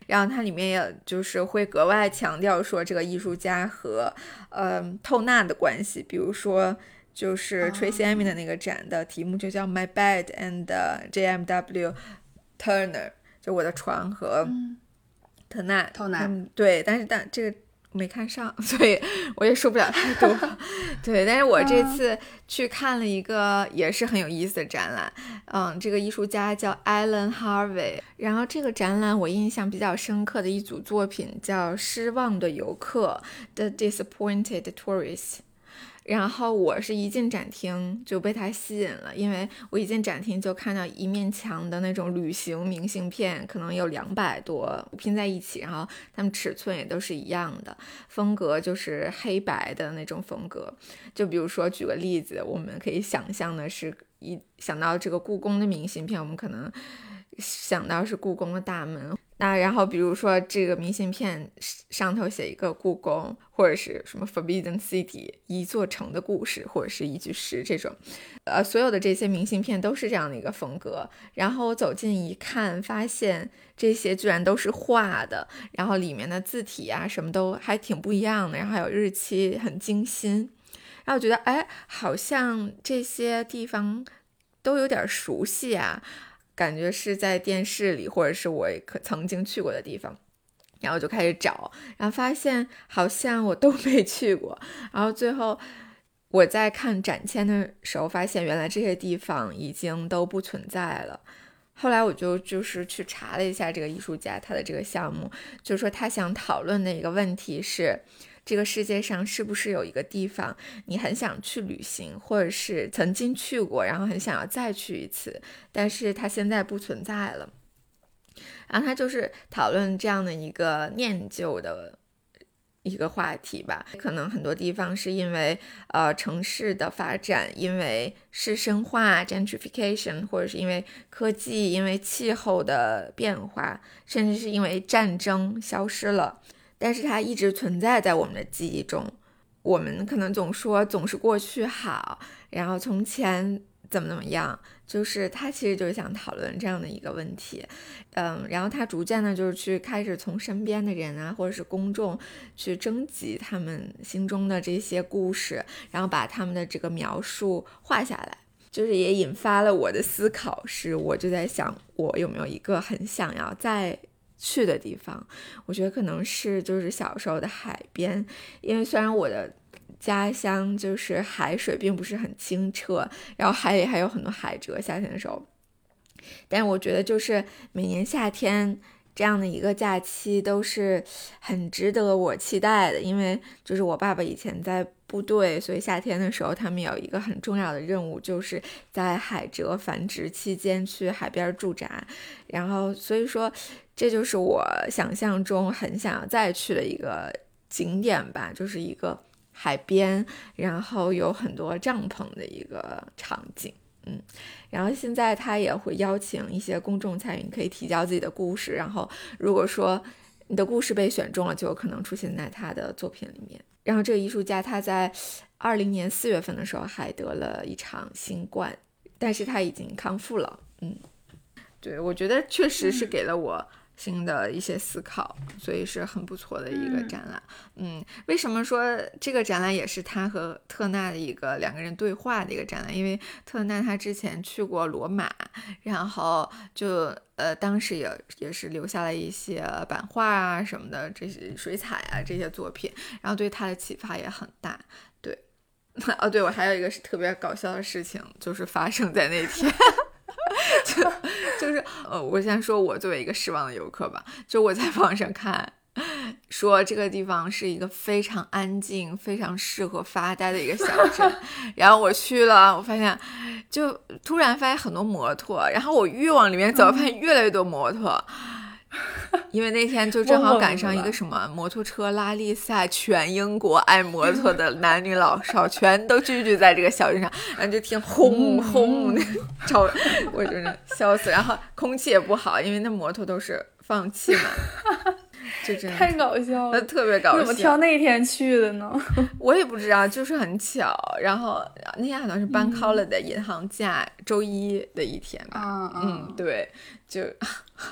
然后它里面也就是会格外强调说这个艺术家和呃透纳的关系，比如说就是 Tracey Emin 的那个展的题目就叫 My Bed and J M W Turner， 就我的床和特纳、 嗯、透纳对，但是但这个没看上，所以我也说不了太多对，但是我这次去看了一个也是很有意思的展览，嗯，这个艺术家叫 Alan Harvey， 然后这个展览我印象比较深刻的一组作品叫失望的游客 The Disappointed Tourist，然后我是一进展厅就被它吸引了，因为我一进展厅就看到一面墙的那种旅行明信片，可能有两百多拼在一起，然后它们尺寸也都是一样的，风格就是黑白的那种风格。就比如说举个例子，我们可以想象的是一想到这个故宫的明信片，我们可能想到是故宫的大门，那然后比如说这个明信片上头写一个故宫，或者是什么 Forbidden City 一座城的故事，或者是一句诗，这种呃，所有的这些明信片都是这样的一个风格。然后我走近一看，发现这些居然都是画的，然后里面的字体啊什么都还挺不一样的，然后还有日期很精心，然后我觉得哎，好像这些地方都有点熟悉啊，感觉是在电视里或者是我可曾经去过的地方，然后就开始找，然后发现好像我都没去过，然后最后我在看展签的时候发现原来这些地方已经都不存在了。后来我就就是去查了一下这个艺术家他的这个项目，就是说他想讨论的一个问题是，这个世界上是不是有一个地方你很想去旅行，或者是曾经去过然后很想要再去一次，但是它现在不存在了。然后他就是讨论这样的一个念旧的一个话题吧，可能很多地方是因为呃城市的发展，因为市生化 gentrification， 或者是因为科技，因为气候的变化，甚至是因为战争消失了，但是它一直存在在我们的记忆中。我们可能总说总是过去好，然后从前怎么怎么样，就是他其实就是想讨论这样的一个问题。嗯，然后他逐渐的就是去开始从身边的人啊，或者是公众去征集他们心中的这些故事，然后把他们的这个描述画下来，就是也引发了我的思考，是我就在想我有没有一个很想要再去的地方。我觉得可能是就是小时候的海边，因为虽然我的家乡就是海水并不是很清澈，然后海里还有很多海蜇，夏天的时候，但我觉得就是每年夏天这样的一个假期都是很值得我期待的。因为就是我爸爸以前在部队，所以夏天的时候他们有一个很重要的任务，就是在海蜇繁殖期间去海边驻扎，然后所以说这就是我想象中很想要再去的一个景点吧，就是一个海边，然后有很多帐篷的一个场景。嗯，然后现在他也会邀请一些公众参与，你可以提交自己的故事，然后如果说你的故事被选中了，就有可能出现在他的作品里面。然后这个艺术家他在二零年四月份的时候还得了一场新冠，但是他已经康复了。嗯，对，我觉得确实是给了我新的一些思考，所以是很不错的一个展览。嗯，为什么说这个展览也是他和特纳的一个两个人对话的一个展览？因为特纳他之前去过罗马，然后就呃当时也也是留下了一些版画啊什么的，这些水彩啊这些作品，然后对他的启发也很大。对，哦对，我还有一个是特别搞笑的事情，就是发生在那天。就就是呃，我先说我作为一个失望的游客吧，就我在网上看说这个地方是一个非常安静非常适合发呆的一个小镇，然后我去了，我发现就突然发现很多摩托，然后我越往里面走发现越来越多摩托，因为那天就正好赶上一个什么摩托车拉力赛，全英国爱摩托的男女老少全都聚集在这个小镇上，然后就听轰轰那超，我真的笑死。然后空气也不好，因为那摩托都是放气嘛，就真的太搞笑了， 特别搞笑。 怎么挑那天去的呢？ 我也不知道，就是很巧。然后那天好像是 Bank Holiday 银行假，周一的一天吧。 嗯嗯，对，就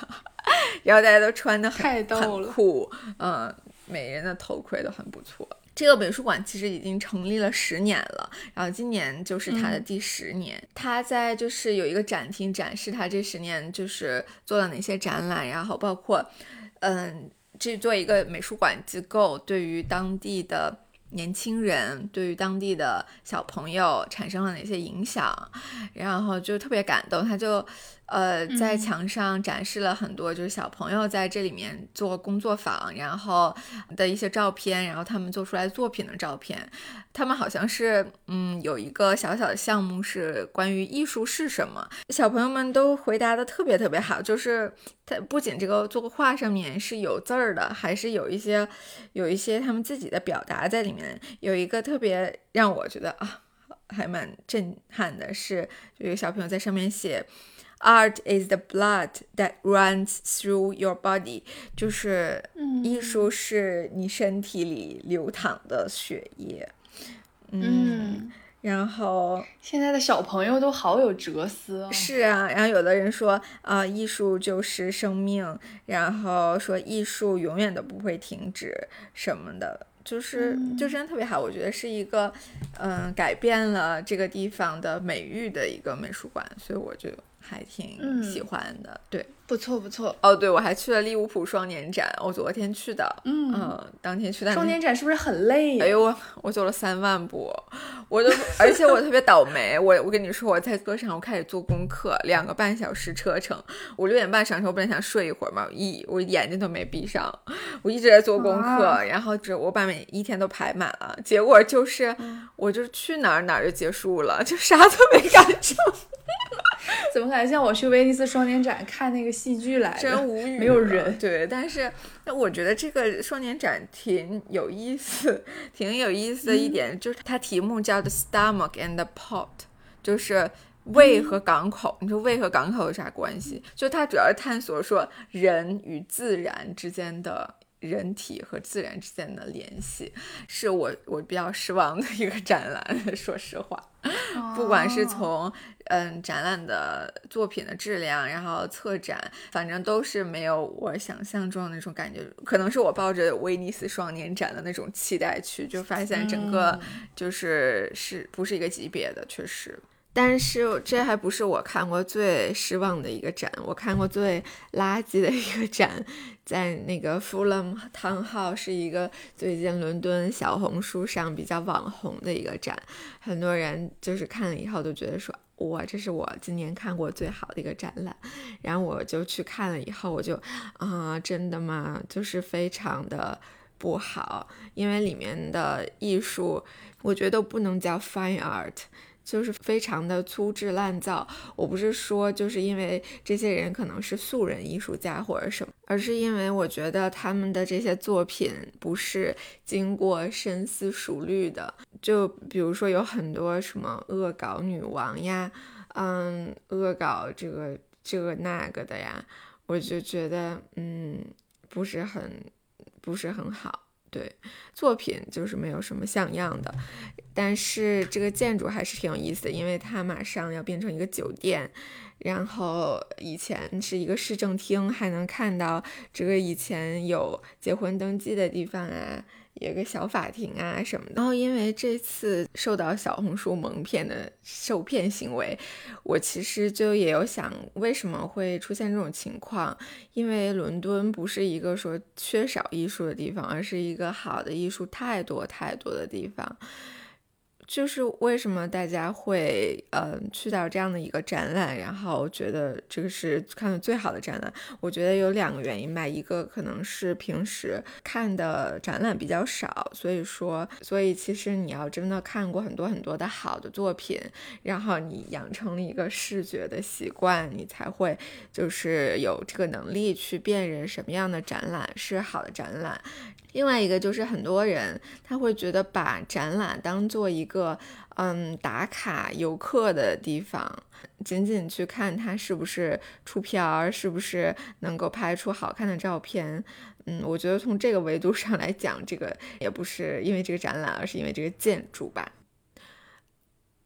然后大家都穿的很太逗了很酷，嗯，每人的头盔都很不错。这个美术馆其实已经成立了十年了，然后今年就是它的第十年。嗯、它在就是有一个展厅展示它这十年就是做了哪些展览，然后包括，嗯，这作为一个美术馆机构，对于当地的年轻人，对于当地的小朋友产生了哪些影响，然后就特别感动。他就呃在墙上展示了很多就是小朋友在这里面做工作坊然后的一些照片，然后他们做出来作品的照片。他们好像是嗯有一个小小的项目是关于艺术是什么，小朋友们都回答的特别特别好，就是他不仅这个作画上面是有字儿的，还是有一些有一些他们自己的表达在里面。有一个特别让我觉得啊还蛮震撼的是，有一个小朋友在上面写 Art is the blood that runs through your body， 就是艺术是你身体里流淌的血液。嗯, 嗯然后现在的小朋友都好有哲思哦。 是啊，然后有的人说啊、呃，艺术就是生命，然后说艺术永远都不会停止什么的，就是、嗯、就真的特别好。我觉得是一个嗯改变了这个地方的美誉的一个美术馆，所以我就还挺喜欢的、嗯、对， 不错不错。 哦对，我还去了利物浦双年展，我昨天去的。嗯、呃、当天去的。 双年展是不是很累呀？ 哎呦我我走了三万步，我都而且我特别倒霉，我我跟你说，我在车上我开始做功课，两个半小时车程，我六点半上车，我本来想睡一会儿嘛，一我眼睛都没闭上，我一直在做功课、啊、然后只我把每一天都排满了，结果就是我就去哪儿哪儿就结束了，就啥都没干成。 怎么感觉像我去威尼斯双年展看那个戏剧来的， 真无语， 没有人。 对，但是那我觉得这个双年展挺有意思，挺有意思的一点、嗯、就是它题目叫 The Stomach and the Pot， 就是胃和港口、嗯、你说胃和港口有啥关系？就它主要是探索说人与自然之间的人体和自然之间的联系，是我我比较失望的一个展览，说实话。不管是从嗯展览的作品的质量，然后策展，反正都是没有我想象中的那种感觉。可能是我抱着威尼斯双年展的那种期待去，就发现整个就是是不是一个级别的，确实。但是这还不是我看过最失望的一个展，我看过最垃圾的一个展，在那个 Fulham Town Hall， 是一个最近伦敦小红书上比较网红的一个展，很多人就是看了以后都觉得说哇，这是我今年看过最好的一个展览。然后我就去看了以后，我就啊、呃，真的吗？就是非常的不好，因为里面的艺术我觉得都不能叫 fine art，就是非常的粗制滥造。我不是说就是因为这些人可能是素人艺术家或者什么，而是因为我觉得他们的这些作品不是经过深思熟虑的。就比如说有很多什么恶搞女王呀，嗯，恶搞这个这个那个的呀，我就觉得嗯不是很不是很好。对，作品就是没有什么像样的，但是这个建筑还是挺有意思的，因为它马上要变成一个酒店，然后以前是一个市政厅，还能看到这个以前有结婚登记的地方啊，有个小法庭啊什么的。然后因为这次受到小红书蒙骗的受骗行为，我其实就也有想为什么会出现这种情况，因为伦敦不是一个说缺少艺术的地方，而是一个好的艺术太多太多的地方。就是为什么大家会呃去到这样的一个展览，然后觉得这个是看的最好的展览，我觉得有两个原因吧。一个可能是平时看的展览比较少，所以说所以其实你要真的看过很多很多的好的作品，然后你养成了一个视觉的习惯，你才会就是有这个能力去辨认什么样的展览是好的展览。另外一个就是很多人他会觉得把展览当做一个嗯打卡游客的地方，仅仅去看它是不是出片，是不是能够拍出好看的照片。嗯，我觉得从这个维度上来讲，这个也不是因为这个展览，而是因为这个建筑吧。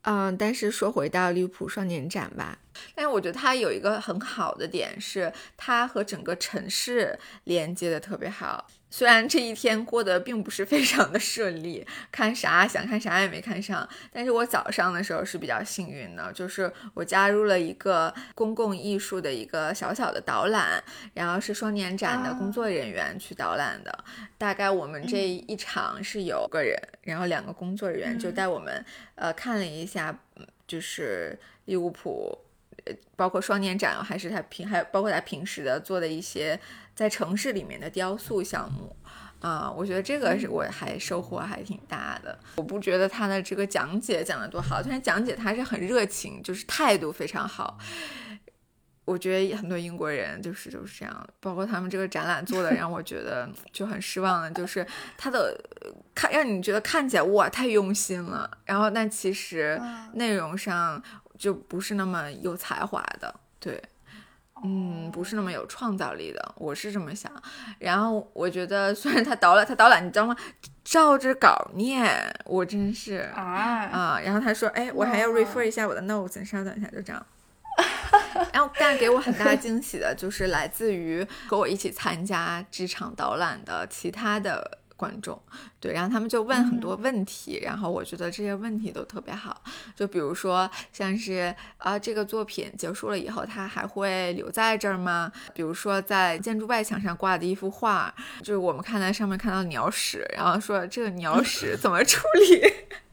嗯，但是说回到利物浦双年展吧，但是我觉得它有一个很好的点是，它和整个城市连接的特别好。虽然这一天过得并不是非常的顺利，看啥想看啥也没看上，但是我早上的时候是比较幸运的，就是我加入了一个公共艺术的一个小小的导览，然后是双年展的工作人员去导览的、啊、大概我们这一场是有个人、嗯、然后两个工作人员就带我们、嗯、呃看了一下，就是利物浦包括双年展还是他平还包括他平时的做的一些在城市里面的雕塑项目啊、呃，我觉得这个是我还收获还挺大的。我不觉得他的这个讲解讲得多好，但是讲解他是很热情，就是态度非常好。我觉得很多英国人就是就是这样，包括他们这个展览做的让我觉得就很失望的，就是他的看让你觉得看起来哇太用心了，然后但其实内容上就不是那么有才华的，对，嗯，不是那么有创造力的，我是这么想。然后我觉得虽然他导览他导览你知道吗，照着稿念，我真是啊啊！然后他说哎我还要 refer 一下我的 notes， 你稍等一下，就这样。然后但给我很大惊喜的就是来自于和我一起参加这场导览的其他的观众，对，然后他们就问很多问题、嗯、然后我觉得这些问题都特别好，就比如说像是啊这个作品结束了以后它还会留在这儿吗？比如说在建筑外墙上挂的一幅画，就是我们看在上面看到鸟屎，然后说这个鸟屎怎么处理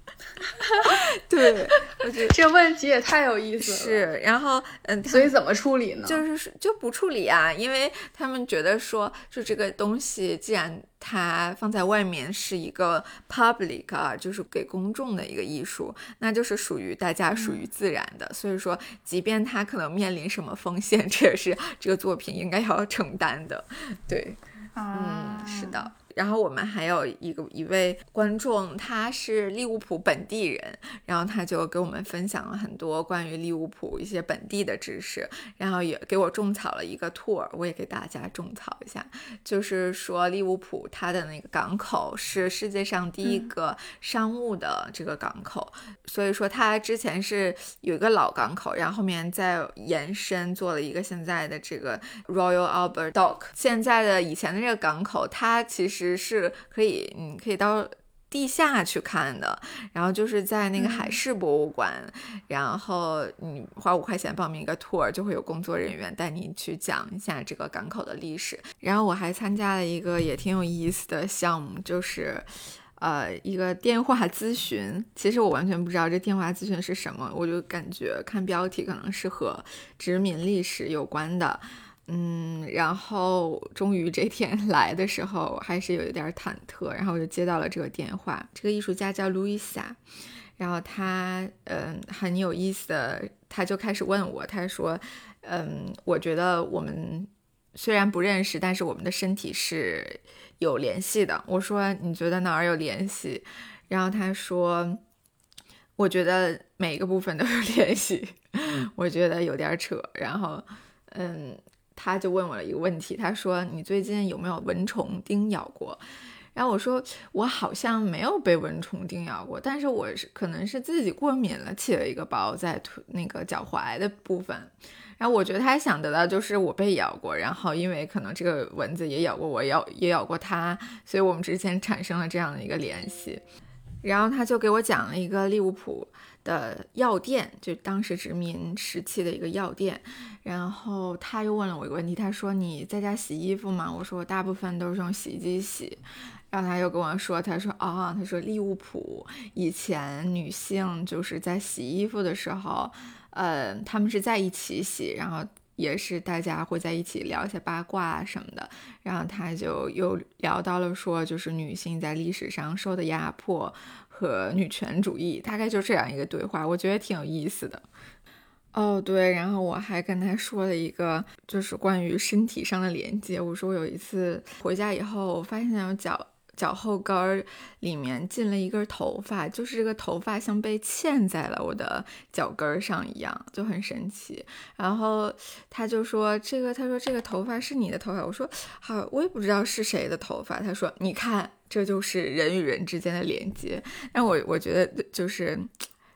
对，我觉得这问题也太有意思了。 是，然后嗯， 所以怎么处理呢？ 就是就不处理啊，因为他们觉得说，就这个东西既然它放在外面是一个 public 啊，就是给公众的一个艺术，那就是属于大家属于自然的、嗯、所以说即便它可能面临什么风险，这也是这个作品应该要承担的。对， 啊、 嗯，是的。然后我们还有一个一位观众，他是利物浦本地人，然后他就给我们分享了很多关于利物浦一些本地的知识，然后也给我种草了一个 tour， 我也给大家种草一下，就是说利物浦它的那个港口是世界上第一个商务的这个港口、嗯、所以说它之前是有一个老港口，然后后面再延伸做了一个现在的这个 Royal Albert Dock。 现在的以前的这个港口它其实是可以你可以到地下去看的，然后就是在那个海事博物馆、嗯、然后你花五块钱报名一个 tour， 就会有工作人员带你去讲一下这个港口的历史。然后我还参加了一个也挺有意思的项目，就是呃一个电话咨询。其实我完全不知道这电话咨询是什么，我就感觉看标题可能是和殖民历史有关的。嗯，然后终于这天来的时候还是有一点忐忑，然后我就接到了这个电话。这个艺术家叫路易莎，然后他嗯很有意思的，他就开始问我，他说嗯我觉得我们虽然不认识，但是我们的身体是有联系的。我说你觉得哪儿有联系？然后他说我觉得每个部分都有联系我觉得有点扯。然后嗯他就问我了一个问题，他说你最近有没有蚊虫叮咬过？然后我说我好像没有被蚊虫叮咬过，但是我是可能是自己过敏了，起了一个包在那个脚踝的部分。然后我觉得他想得到就是我被咬过，然后因为可能这个蚊子也咬过我，咬也咬过他，所以我们之间产生了这样的一个联系。然后他就给我讲了一个利物浦的药店，就当时殖民时期的一个药店。然后他又问了我一个问题，他说你在家洗衣服吗？我说我大部分都是用洗衣机洗。然后他又跟我说，他说哦，他说利物浦以前女性就是在洗衣服的时候呃，他们是在一起洗，然后也是大家会在一起聊一些八卦什么的。然后他就又聊到了说就是女性在历史上受的压迫和女权主义，大概就这样一个对话，我觉得挺有意思的。哦对，然后我还跟他说了一个就是关于身体上的连接。我说我有一次回家以后，我发现我脚脚后跟里面进了一根头发，就是这个头发像被嵌在了我的脚跟上一样，就很神奇。然后他就说这个他说这个头发是你的头发。我说好，我也不知道是谁的头发。他说你看这就是人与人之间的连接。但我我觉得就是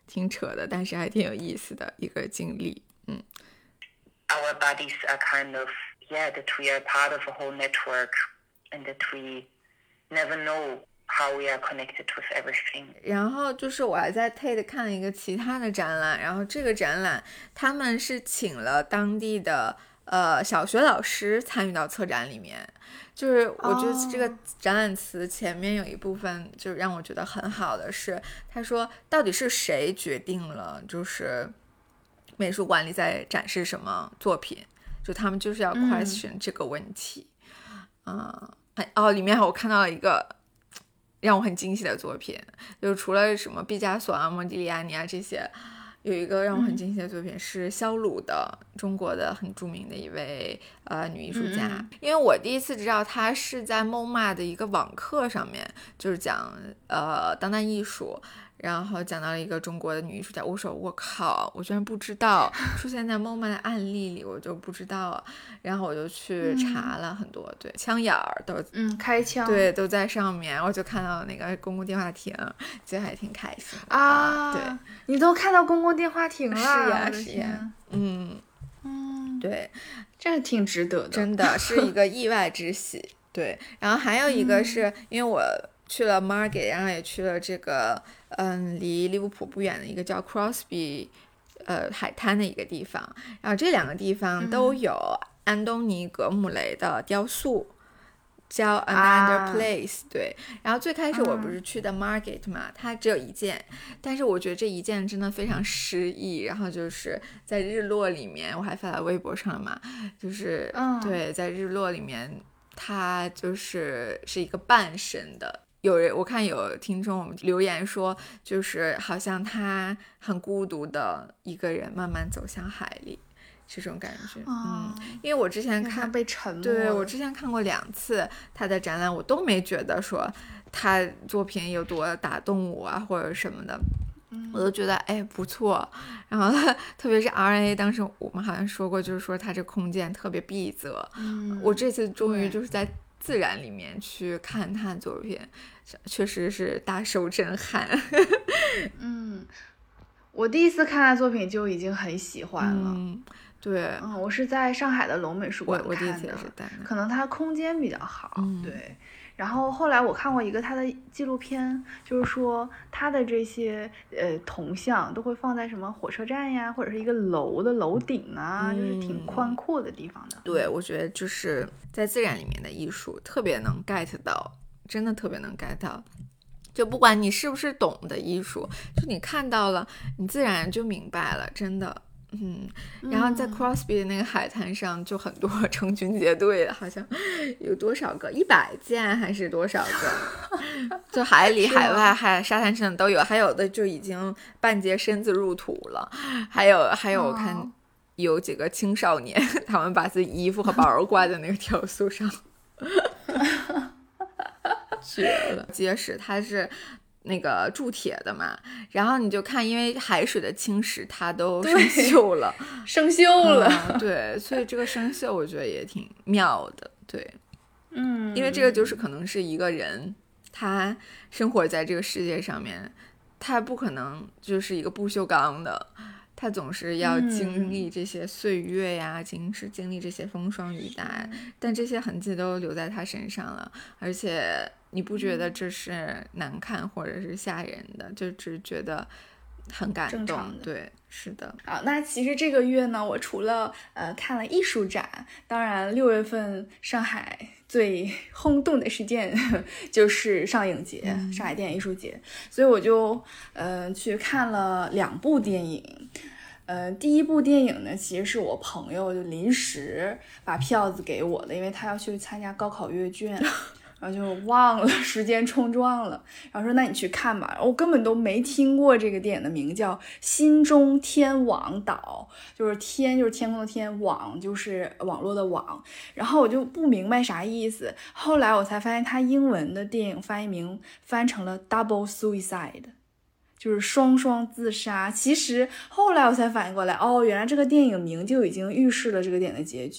挺扯的，但是还挺有意思的一个经历。嗯 Our bodies are kind of, yeah, that we are part of a whole network and that we never know how we are connected with everything. 然后就是我还在 Tate 看了一个其他的展览，然后这个展览他们是请了当地的呃小学老师参与到策展里面，就是我觉得这个展览词前面有一部分就让我觉得很好的是，他说到底是谁决定了就是美术馆里在展示什么作品，就他们就是要 question 这个问题。嗯，嗯哦，里面我看到了一个让我很惊喜的作品，就除了什么毕加索啊、蒙迪利亚尼啊这些，有一个让我很惊喜的作品是肖鲁的，中国的很著名的一位呃女艺术家。嗯、因为我第一次知道她是在 M O M A 的一个网课上面，就是讲呃当代艺术。然后讲到了一个中国的女艺术家，我说我靠，我居然不知道出现在 M O M A 的案例里，我就不知道啊。然后我就去查了很多，嗯、对，枪眼儿都嗯开枪， 对，都在上面。我就看到那个公共电话亭，觉得还挺开心啊。 对， 你都看到公共电话亭了， 是呀是呀，嗯嗯， 对， 这挺值得的， 真的是一个意外之喜。对，然后还有一个是、嗯、因为我去了 Margate， 然后也去了这个嗯离利物浦不远的一个叫 Crosby 呃海滩的一个地方，然后这两个地方都有安东尼格姆雷的雕塑、嗯、叫 Another Place、啊、对，然后最开始我不是去的 Margate 嘛、嗯、它只有一件，但是我觉得这一件真的非常诗意，然后就是在日落里面，我还发在微博上了嘛，就是、嗯、对，在日落里面它就是是一个半身的，有人我看有听众留言说，就是好像他很孤独的一个人慢慢走向海里，这种感觉。 哦、 嗯，因为我之前看被沉默， 对我之前看过两次他的展览，我都没觉得说他作品有多打动我啊或者什么的。我都觉得哎不错，然后特别是 R A 当时我们好像说过，就是说它这空间特别闭塞、嗯、我这次终于就是在自然里面去看他的作品，确实是大受震撼。 嗯，我第一次看他作品就已经很喜欢了。 嗯，对， 嗯，我是在上海的龙美术馆看的， 我第一次也是在那， 可能它空间比较好。 嗯、 对。然后后来我看过一个他的纪录片，就是说他的这些呃铜像都会放在什么火车站呀，或者是一个楼的楼顶啊、嗯，就是挺宽阔的地方的。 对，我觉得就是在自然里面的艺术特别能 get 到，真的特别能 get 到。就不管你是不是懂的艺术，就你看到了，你自然就明白了，真的。嗯，然后在 Crosby 的那个海滩上就很多成群结队的，好像有多少个一百件还是多少个，就海里海外海沙滩上都有，还有的就已经半截身子入土了，还有还有我看有几个青少年、哦、他们把自己衣服和包挂在那个雕塑上绝了，结实它是那个铸铁的嘛，然后你就看因为海水的侵蚀它都生锈了生锈了、 嗯、对，所以这个生锈我觉得也挺妙的。对， 嗯， 因为这个就是可能是一个人他生活在这个世界上面，他不可能就是一个不锈钢的，他总是要经历这些岁月呀、嗯、经是经历这些风霜雨打，但这些痕迹都留在他身上了，而且你不觉得这是难看或者是吓人的，就只觉得很感动。对，是的。 啊，那其实这个月呢，我除了呃看了艺术展，当然六月份上海最轰动的事件就是上影节、嗯、上海电影艺术节，所以我就呃去看了两部电影。呃，第一部电影呢，其实是我朋友就临时把票子给我的，因为他要去参加高考阅卷。然后就忘了，时间冲撞了，然后说那你去看吧，我根本都没听过这个电影的名叫心中天网岛，就是天就是天空的天，网就是网络的网，然后我就不明白啥意思，后来我才发现它英文的电影翻译名翻成了 Double Suicide， 就是双双自杀。其实后来我才反应过来，哦，原来这个电影名就已经预示了这个电影的结局，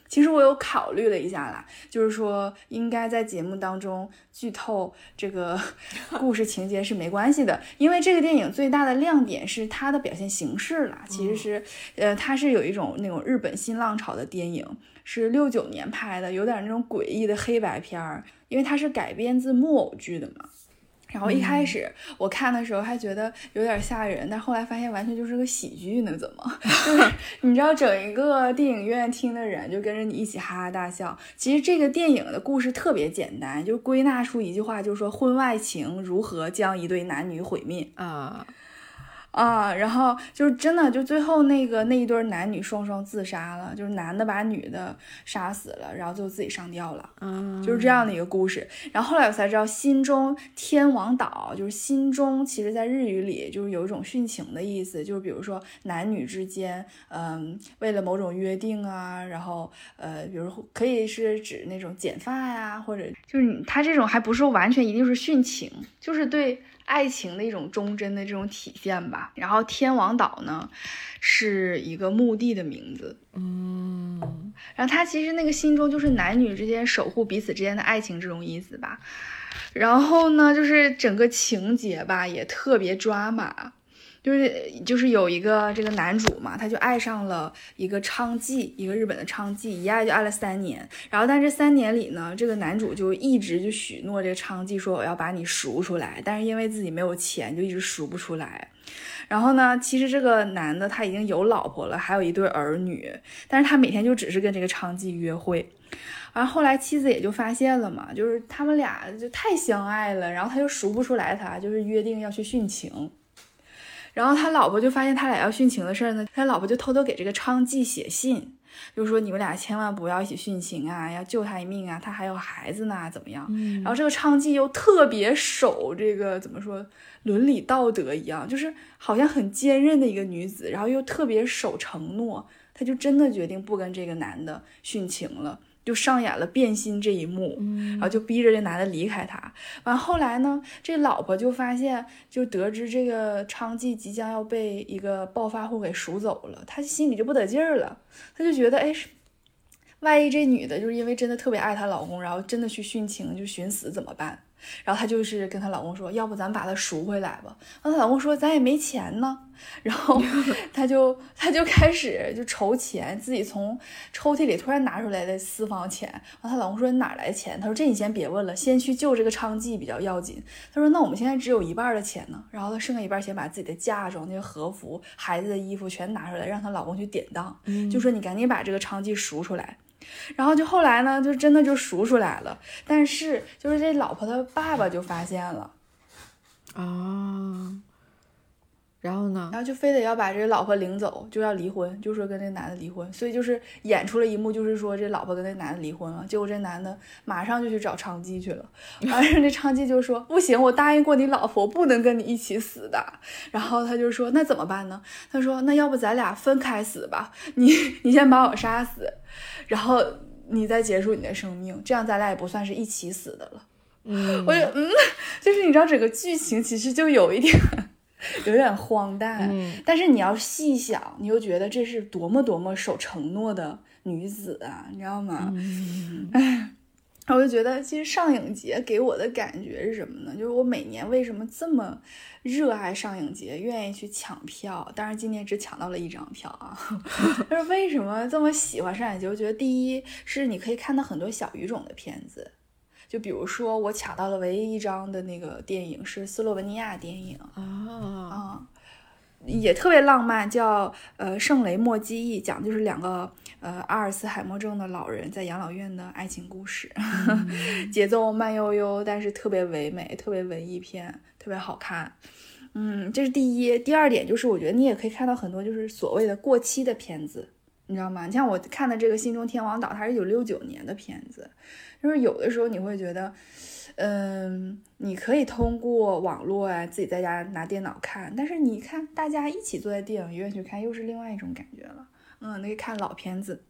其实我有考虑了一下啦，就是说应该在节目当中剧透这个故事情节是没关系的，因为这个电影最大的亮点是它的表现形式啦。其实是，呃，它是有一种那种日本新浪潮的电影，是六九年拍的，有点那种诡异的黑白片儿，因为它是改编自木偶剧的嘛。然后一开始我看的时候还觉得有点吓人，但后来发现完全就是个喜剧呢，怎么就是你知道整一个电影院听的人就跟着你一起哈哈大笑。其实这个电影的故事特别简单，就归纳出一句话，就是说婚外情如何将一对男女毁灭啊啊，然后就是真的，就最后那个那一对男女双双自杀了，就是男的把女的杀死了，然后就自己上吊了， 嗯， 就是这样的一个故事。然后后来我才知道，心中天王岛就是心中，其实在日语里就是有一种殉情的意思，就是比如说男女之间，嗯，为了某种约定啊，然后呃，比如可以是指那种剪发呀，或者就是你他这种还不是完全一定是殉情，就是对爱情的一种忠贞的这种体现吧。然后天王岛呢是一个墓地的名字， 嗯， 然后他其实那个心中就是男女之间守护彼此之间的爱情这种意思吧。然后呢就是整个情节吧也特别抓马，就是就是有一个这个男主嘛，他就爱上了一个娼妓，一个日本的娼妓，一爱就爱了三年。然后但这三年里呢，这个男主就一直就许诺这个娼妓说我要把你赎出来，但是因为自己没有钱，就一直赎不出来。然后呢，其实这个男的他已经有老婆了，还有一对儿女，但是他每天就只是跟这个娼妓约会。然后后来妻子也就发现了嘛，就是他们俩就太相爱了，然后他就赎不出来他，就是约定要去殉情。然后他老婆就发现他俩要殉情的事儿呢，他老婆就偷偷给这个娼妓写信，就说你们俩千万不要一起殉情啊，要救他一命啊，他还有孩子呢，怎么样？嗯、然后这个娼妓又特别守这个怎么说伦理道德一样，就是好像很坚韧的一个女子，然后又特别守承诺，她就真的决定不跟这个男的殉情了。就上演了变心这一幕，然后就逼着这男的离开他。完后来呢，这老婆就发现，就得知这个娼妓即将要被一个暴发户给赎走了，她心里就不得劲儿了，她就觉得，哎，万一这女的就是因为真的特别爱她老公，然后真的去殉情就寻死怎么办？然后她就是跟她老公说，要不咱把她赎回来吧。然后她老公说，咱也没钱呢。然后她就她就开始就筹钱，自己从抽屉里突然拿出来的私房钱。然后她老公说，你哪来的钱？她说，这你先别问了，先去救这个娼妓比较要紧。她说，那我们现在只有一半的钱呢。然后她剩下一半钱把自己的嫁妆、那个和服、孩子的衣服全拿出来，让她老公去典当，就说你赶紧把这个娼妓赎出来。然后就后来呢，就真的就赎出来了，但是就是这老婆的爸爸就发现了啊，然后呢， 然后就非得要把这个老婆领走，就要离婚，就说跟这男的离婚，所以就是演出了一幕，就是说这老婆跟那男的离婚了，结果这男的马上就去找娼妓去了，完事这娼妓就说不行，我答应过你老婆，我不能跟你一起死的。然后他就说那怎么办呢？他说那要不咱俩分开死吧，你你先把我杀死，然后你再结束你的生命，这样咱俩也不算是一起死的了。 嗯， 我就嗯，就是你知道整个剧情其实就有一点有点荒诞、 嗯、 但是你要细想，你又觉得这是多么多么守承诺的女子啊，你知道吗？哎、嗯，我就觉得其实上影节给我的感觉是什么呢？就是我每年为什么这么热爱上影节，愿意去抢票，当然今年只抢到了一张票啊。但是为什么这么喜欢上影节？我觉得第一是你可以看到很多小语种的片子，就比如说我抢到了唯一一张的那个电影是斯洛文尼亚电影啊、 哦嗯，也特别浪漫，叫呃圣雷莫基忆，讲就是两个呃阿尔茨海默症的老人在养老院的爱情故事，嗯、节奏慢悠悠，但是特别唯美，特别文艺片，特别好看。嗯，这是第一。第二点就是我觉得你也可以看到很多就是所谓的过期的片子，你知道吗？你像我看的这个《心中天王岛》，它是一九六九年的片子，就是有的时候你会觉得嗯，你可以通过网络啊，自己在家拿电脑看，但是你看大家一起坐在电影院去看，又是另外一种感觉了。嗯，那个看老片子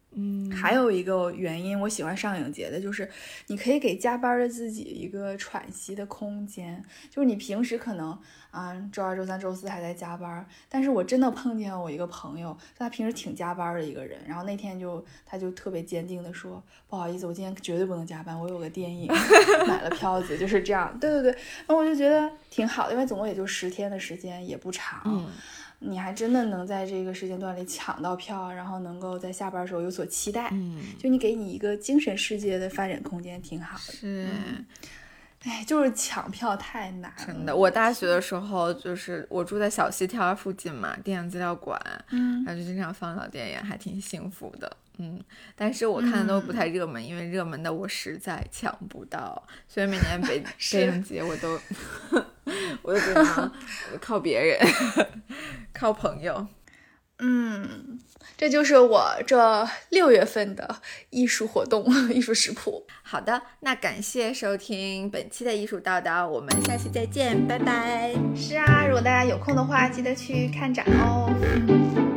嗯， 还有一个原因我喜欢上影节的就是你可以给加班的自己一个喘息的空间，就是你平时可能啊周二周三周四还在加班，但是我真的碰见我一个朋友，他平时挺加班的一个人，然后那天就他就特别坚定的说，不好意思，我今天绝对不能加班，我有个电影买了票子，就是这样。对对对，然后我就觉得挺好的，因为总共也就十天的时间，也不长。 嗯， 你还真的能在这个时间段里抢到票，然后能够在下班的时候有所期待， 嗯， 就你给你一个精神世界的发展空间，挺好的。 是。 哎，就是抢票太难了。 真的，我大学的时候就是我住在小西天附近嘛，电影资料馆， 嗯， 然后就经常放到电影，还挺幸福的。嗯，但是我看的都不太热门，嗯、因为热门的我实在抢不到，所以每年北北影节我都我都只能靠别人，靠朋友。 嗯，这就是我这六月份的艺术活动，艺术食谱。 好的，那感谢收听本期的艺术叨叨，我们下期再见，拜拜。 是啊，如果大家有空的话，记得去看展哦。